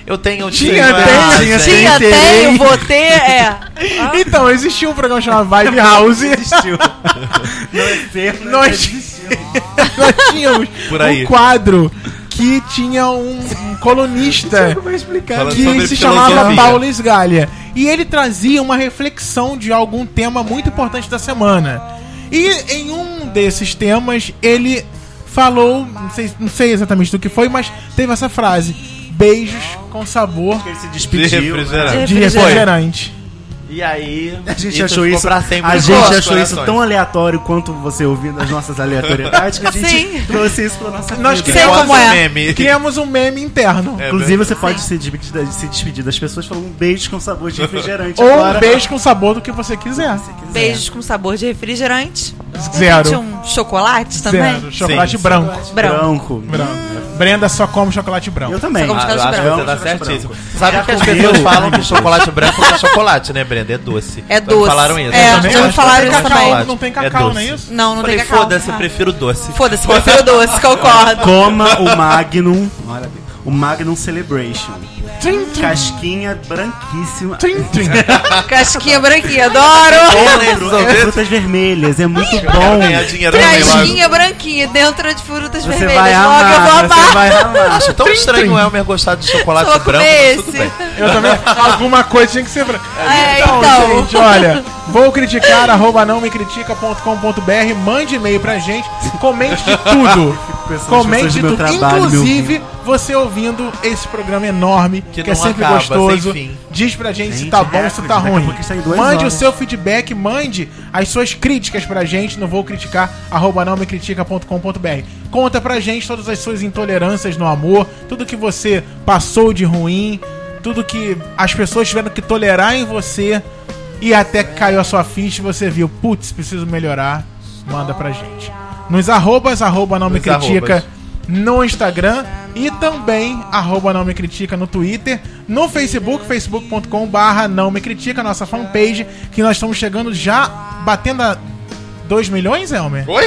Eu tenho... Tinha, tenho- tem, Ah, tinha, gente. Tinha, Tem, tenho, vou ter, é. Então, existia um programa chamado Vibe House. Existiu. Não é ser, mas Nós- existiu. Nós tínhamos Por aí. um quadro que tinha um, um colunista Como explicar? Falando que sobre se chamava filosofia. Paulo Sgalha. E ele trazia uma reflexão de algum tema muito importante da semana. E em um desses temas, ele falou, não sei, não sei exatamente do que foi, mas teve essa frase: beijos com sabor Ele se De despediu. refrigerante. de refrigerante. E aí... A gente isso achou ficou isso, pra sempre a nos gente nossos achou isso corações. tão aleatório quanto você ouvindo as nossas aleatoriedades que a gente Sim. trouxe isso pra nossa Nós vida. Sei criamos, como é. Meme. criamos um meme interno. É Inclusive, verdade. você pode se despedir, da- se despedir das pessoas falando um beijo com sabor de refrigerante. Ou agora. um beijo com sabor do que você quiser. Beijos com sabor de refrigerante. Zero. Tinha um chocolate também. Zero. Chocolate Sim, branco. Branco. Branco. Brenda só come chocolate branco. Eu também. Só como Ah, eu chocolate acho que branco. você tá Chocolate certíssimo. branco. Sabe Já que as comeu? pessoas falam que chocolate branco não é chocolate, né, Brenda? É doce. É Já me doce. falaram isso. É, Eu já também me acho que falaram é isso chocolate. também. Não tem É cacau, não é doce. isso? Não, não Falei, tem cacau. foda-se, Ah. prefiro doce. Foda-se, prefiro doce, concordo. Coma o Magnum. Olha, o Magnum Celebration. Trim, trim, Casquinha branquíssima. trim, trim. Casquinha branquinha, adoro. Dentro é frutas vermelhas. É muito bom. Ganhar dinheiro também, Casquinha branquinha dentro de frutas Você vermelhas. vai Logo eu vou amar. Você amar. vai amar. Acho tão estranho o Elmer gostar de chocolate Só vou branco, comer mas tudo esse. bem. Eu também. Alguma coisa tinha que ser branca. É, Então, então. gente, olha, vou criticar, arroba não me critica ponto com ponto br, mande e-mail pra gente, comente de tudo. Pensando nas Comente pessoas de do meu tudo. trabalho, meu Inclusive, você ouvindo esse programa enorme, que, Que é não sempre acaba, gostoso. sem fim. Diz pra gente se Gente, tá bom, se recorde, tá daqui a ruim. pouco está em duas Mande horas. o seu feedback, mande as suas críticas pra gente no vou criticar, arroba não me critica ponto com ponto br. Conta pra gente todas as suas intolerâncias no amor, tudo que você passou de ruim, tudo que as pessoas tiveram que tolerar em você e até que caiu a sua ficha e você viu, putz, preciso melhorar, manda pra gente. Nos arrobas, arroba não me Nos critica arrobas. no Instagram e também arroba não me critica no Twitter, no Facebook, facebook ponto com barra não me critica, nossa fanpage, que nós estamos chegando já batendo a dois milhões, Elmer? Oi?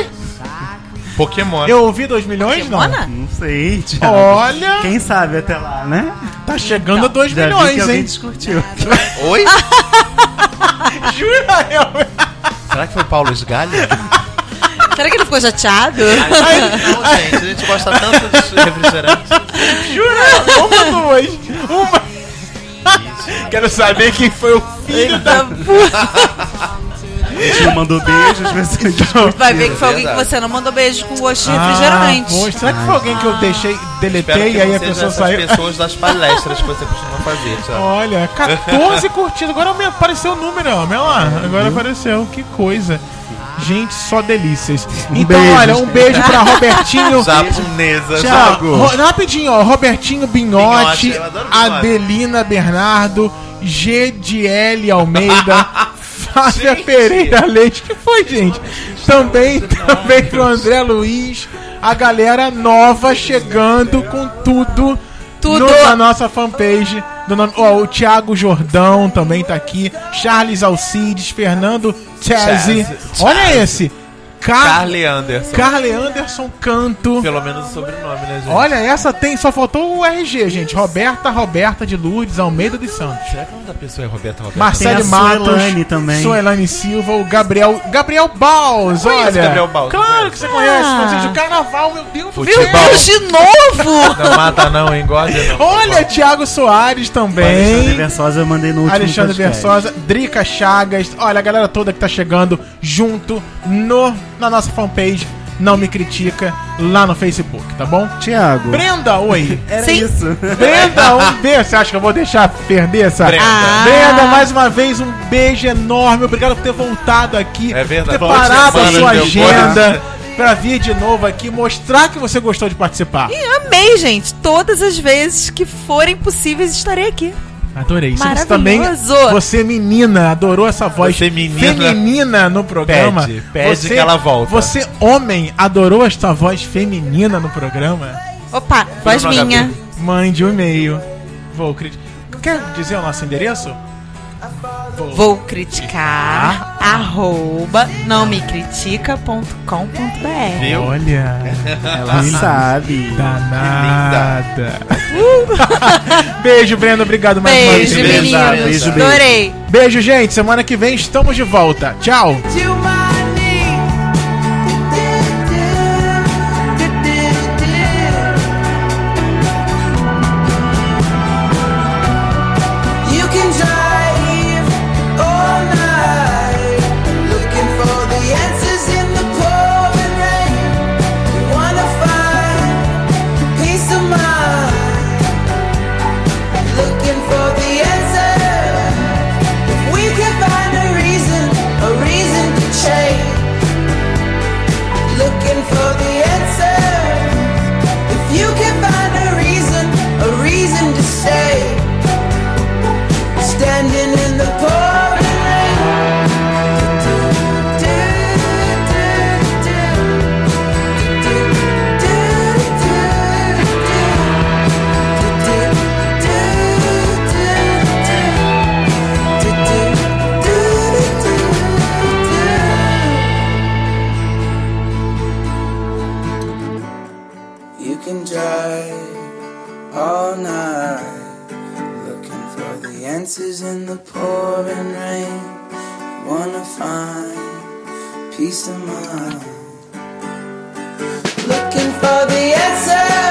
Pokémon. Eu ouvi dois milhões, não? Pokémon? Não sei, Thiago. Olha, Quem sabe até lá, né? tá chegando a dois Já vi que milhões, alguém hein? discutiu. Oi? Jura, Elmer? Será que foi Paulo Sgalha? Será que ele ficou chateado? Não, gente, a gente gosta tanto de refrigerante. Jura? Uma ou duas? Uma. Quero saber quem foi o filho da... A gente não mandou beijos, mas a gente Vai ver que foi alguém que Verdade. você não mandou beijo com gosto de Ah, refrigerante. poxa, será que foi alguém que eu deixei, Espero deletei que e aí a não pessoa sejam saiu? essas pessoas das palestras que você costuma fazer, Thiago. Olha, quatorze curtidas. Agora me apareceu o número, ó. Olha lá, agora apareceu. Que coisa. Gente, só delícias. Então, beijo. olha, um beijo pra Robertinho. Japonesa. Thiago. Ro- rapidinho, ó. Robertinho Binhotti, Binhotti, eu adoro Binhotti. Adelina Bernardo, G D L Almeida, Fábia Gente. Pereira Leite. Que foi, gente? Também, também pro André Luiz. A galera nova chegando com tudo. Tudo. No, na nossa fanpage. Do nome, ó, o Thiago Jordão também tá aqui. Charles Alcides, Fernando Chazzi. Chazzi. Olha Chazzi. esse. Car Carly Anderson. Carly Anderson Canto. Pelo menos o sobrenome, né, gente? Olha, essa tem, só faltou o R G, gente. Roberta, Roberta de Lourdes, Almeida dos Santos. Será que o nome da pessoa é Roberta Roberta? Marcele Tem a Matos, Suelane também. Suelane Silva, o Gabriel, Gabriel Baus, Conheço olha. Gabriel Baus, Claro conheço. que você conhece, Ah. Francisco. O Carnaval, meu Deus do Meu Futebol. Deus, de novo! Não mata não, engorda não. Olha, Thiago Soares Alexandre também. Versosa eu mandei no último Alexandre podcast. Versosa, Drica Chagas, olha a galera toda que tá chegando junto no, na nossa fanpage, Não Me Critica, lá no Facebook, tá bom? Thiago, Brenda, oi. era Sim. isso. Brenda, um beijo. Você acha que eu vou deixar perder essa? Brenda. Ah. Brenda, mais uma vez, um beijo enorme. Obrigado por ter voltado aqui. É verdade. Ter parado a Volte sua semana, agenda pra vir de novo aqui, mostrar que você gostou de participar. Amei, gente. Todas as vezes que forem possíveis, estarei aqui. Adorei. Você também, Maravilhoso. você menina, adorou essa voz Você, menina, feminina no programa. pede, pede que ela volta. Você, homem, adorou esta voz feminina no programa. Opa, voz no minha. H P. Mande um e-mail. Vou criticar. Quer dizer o nosso endereço? Vou criticar, arroba não me critica ponto com ponto b r. Viu? Olha, Ela sabe. danada. Beijo, Brenda. Obrigado mais uma Beijo, vez. meninos. beijo, beijo. Adorei. Beijo, gente. Semana que vem estamos de volta. Tchau. In the pouring rain, wanna find peace of mind. Looking for the answer.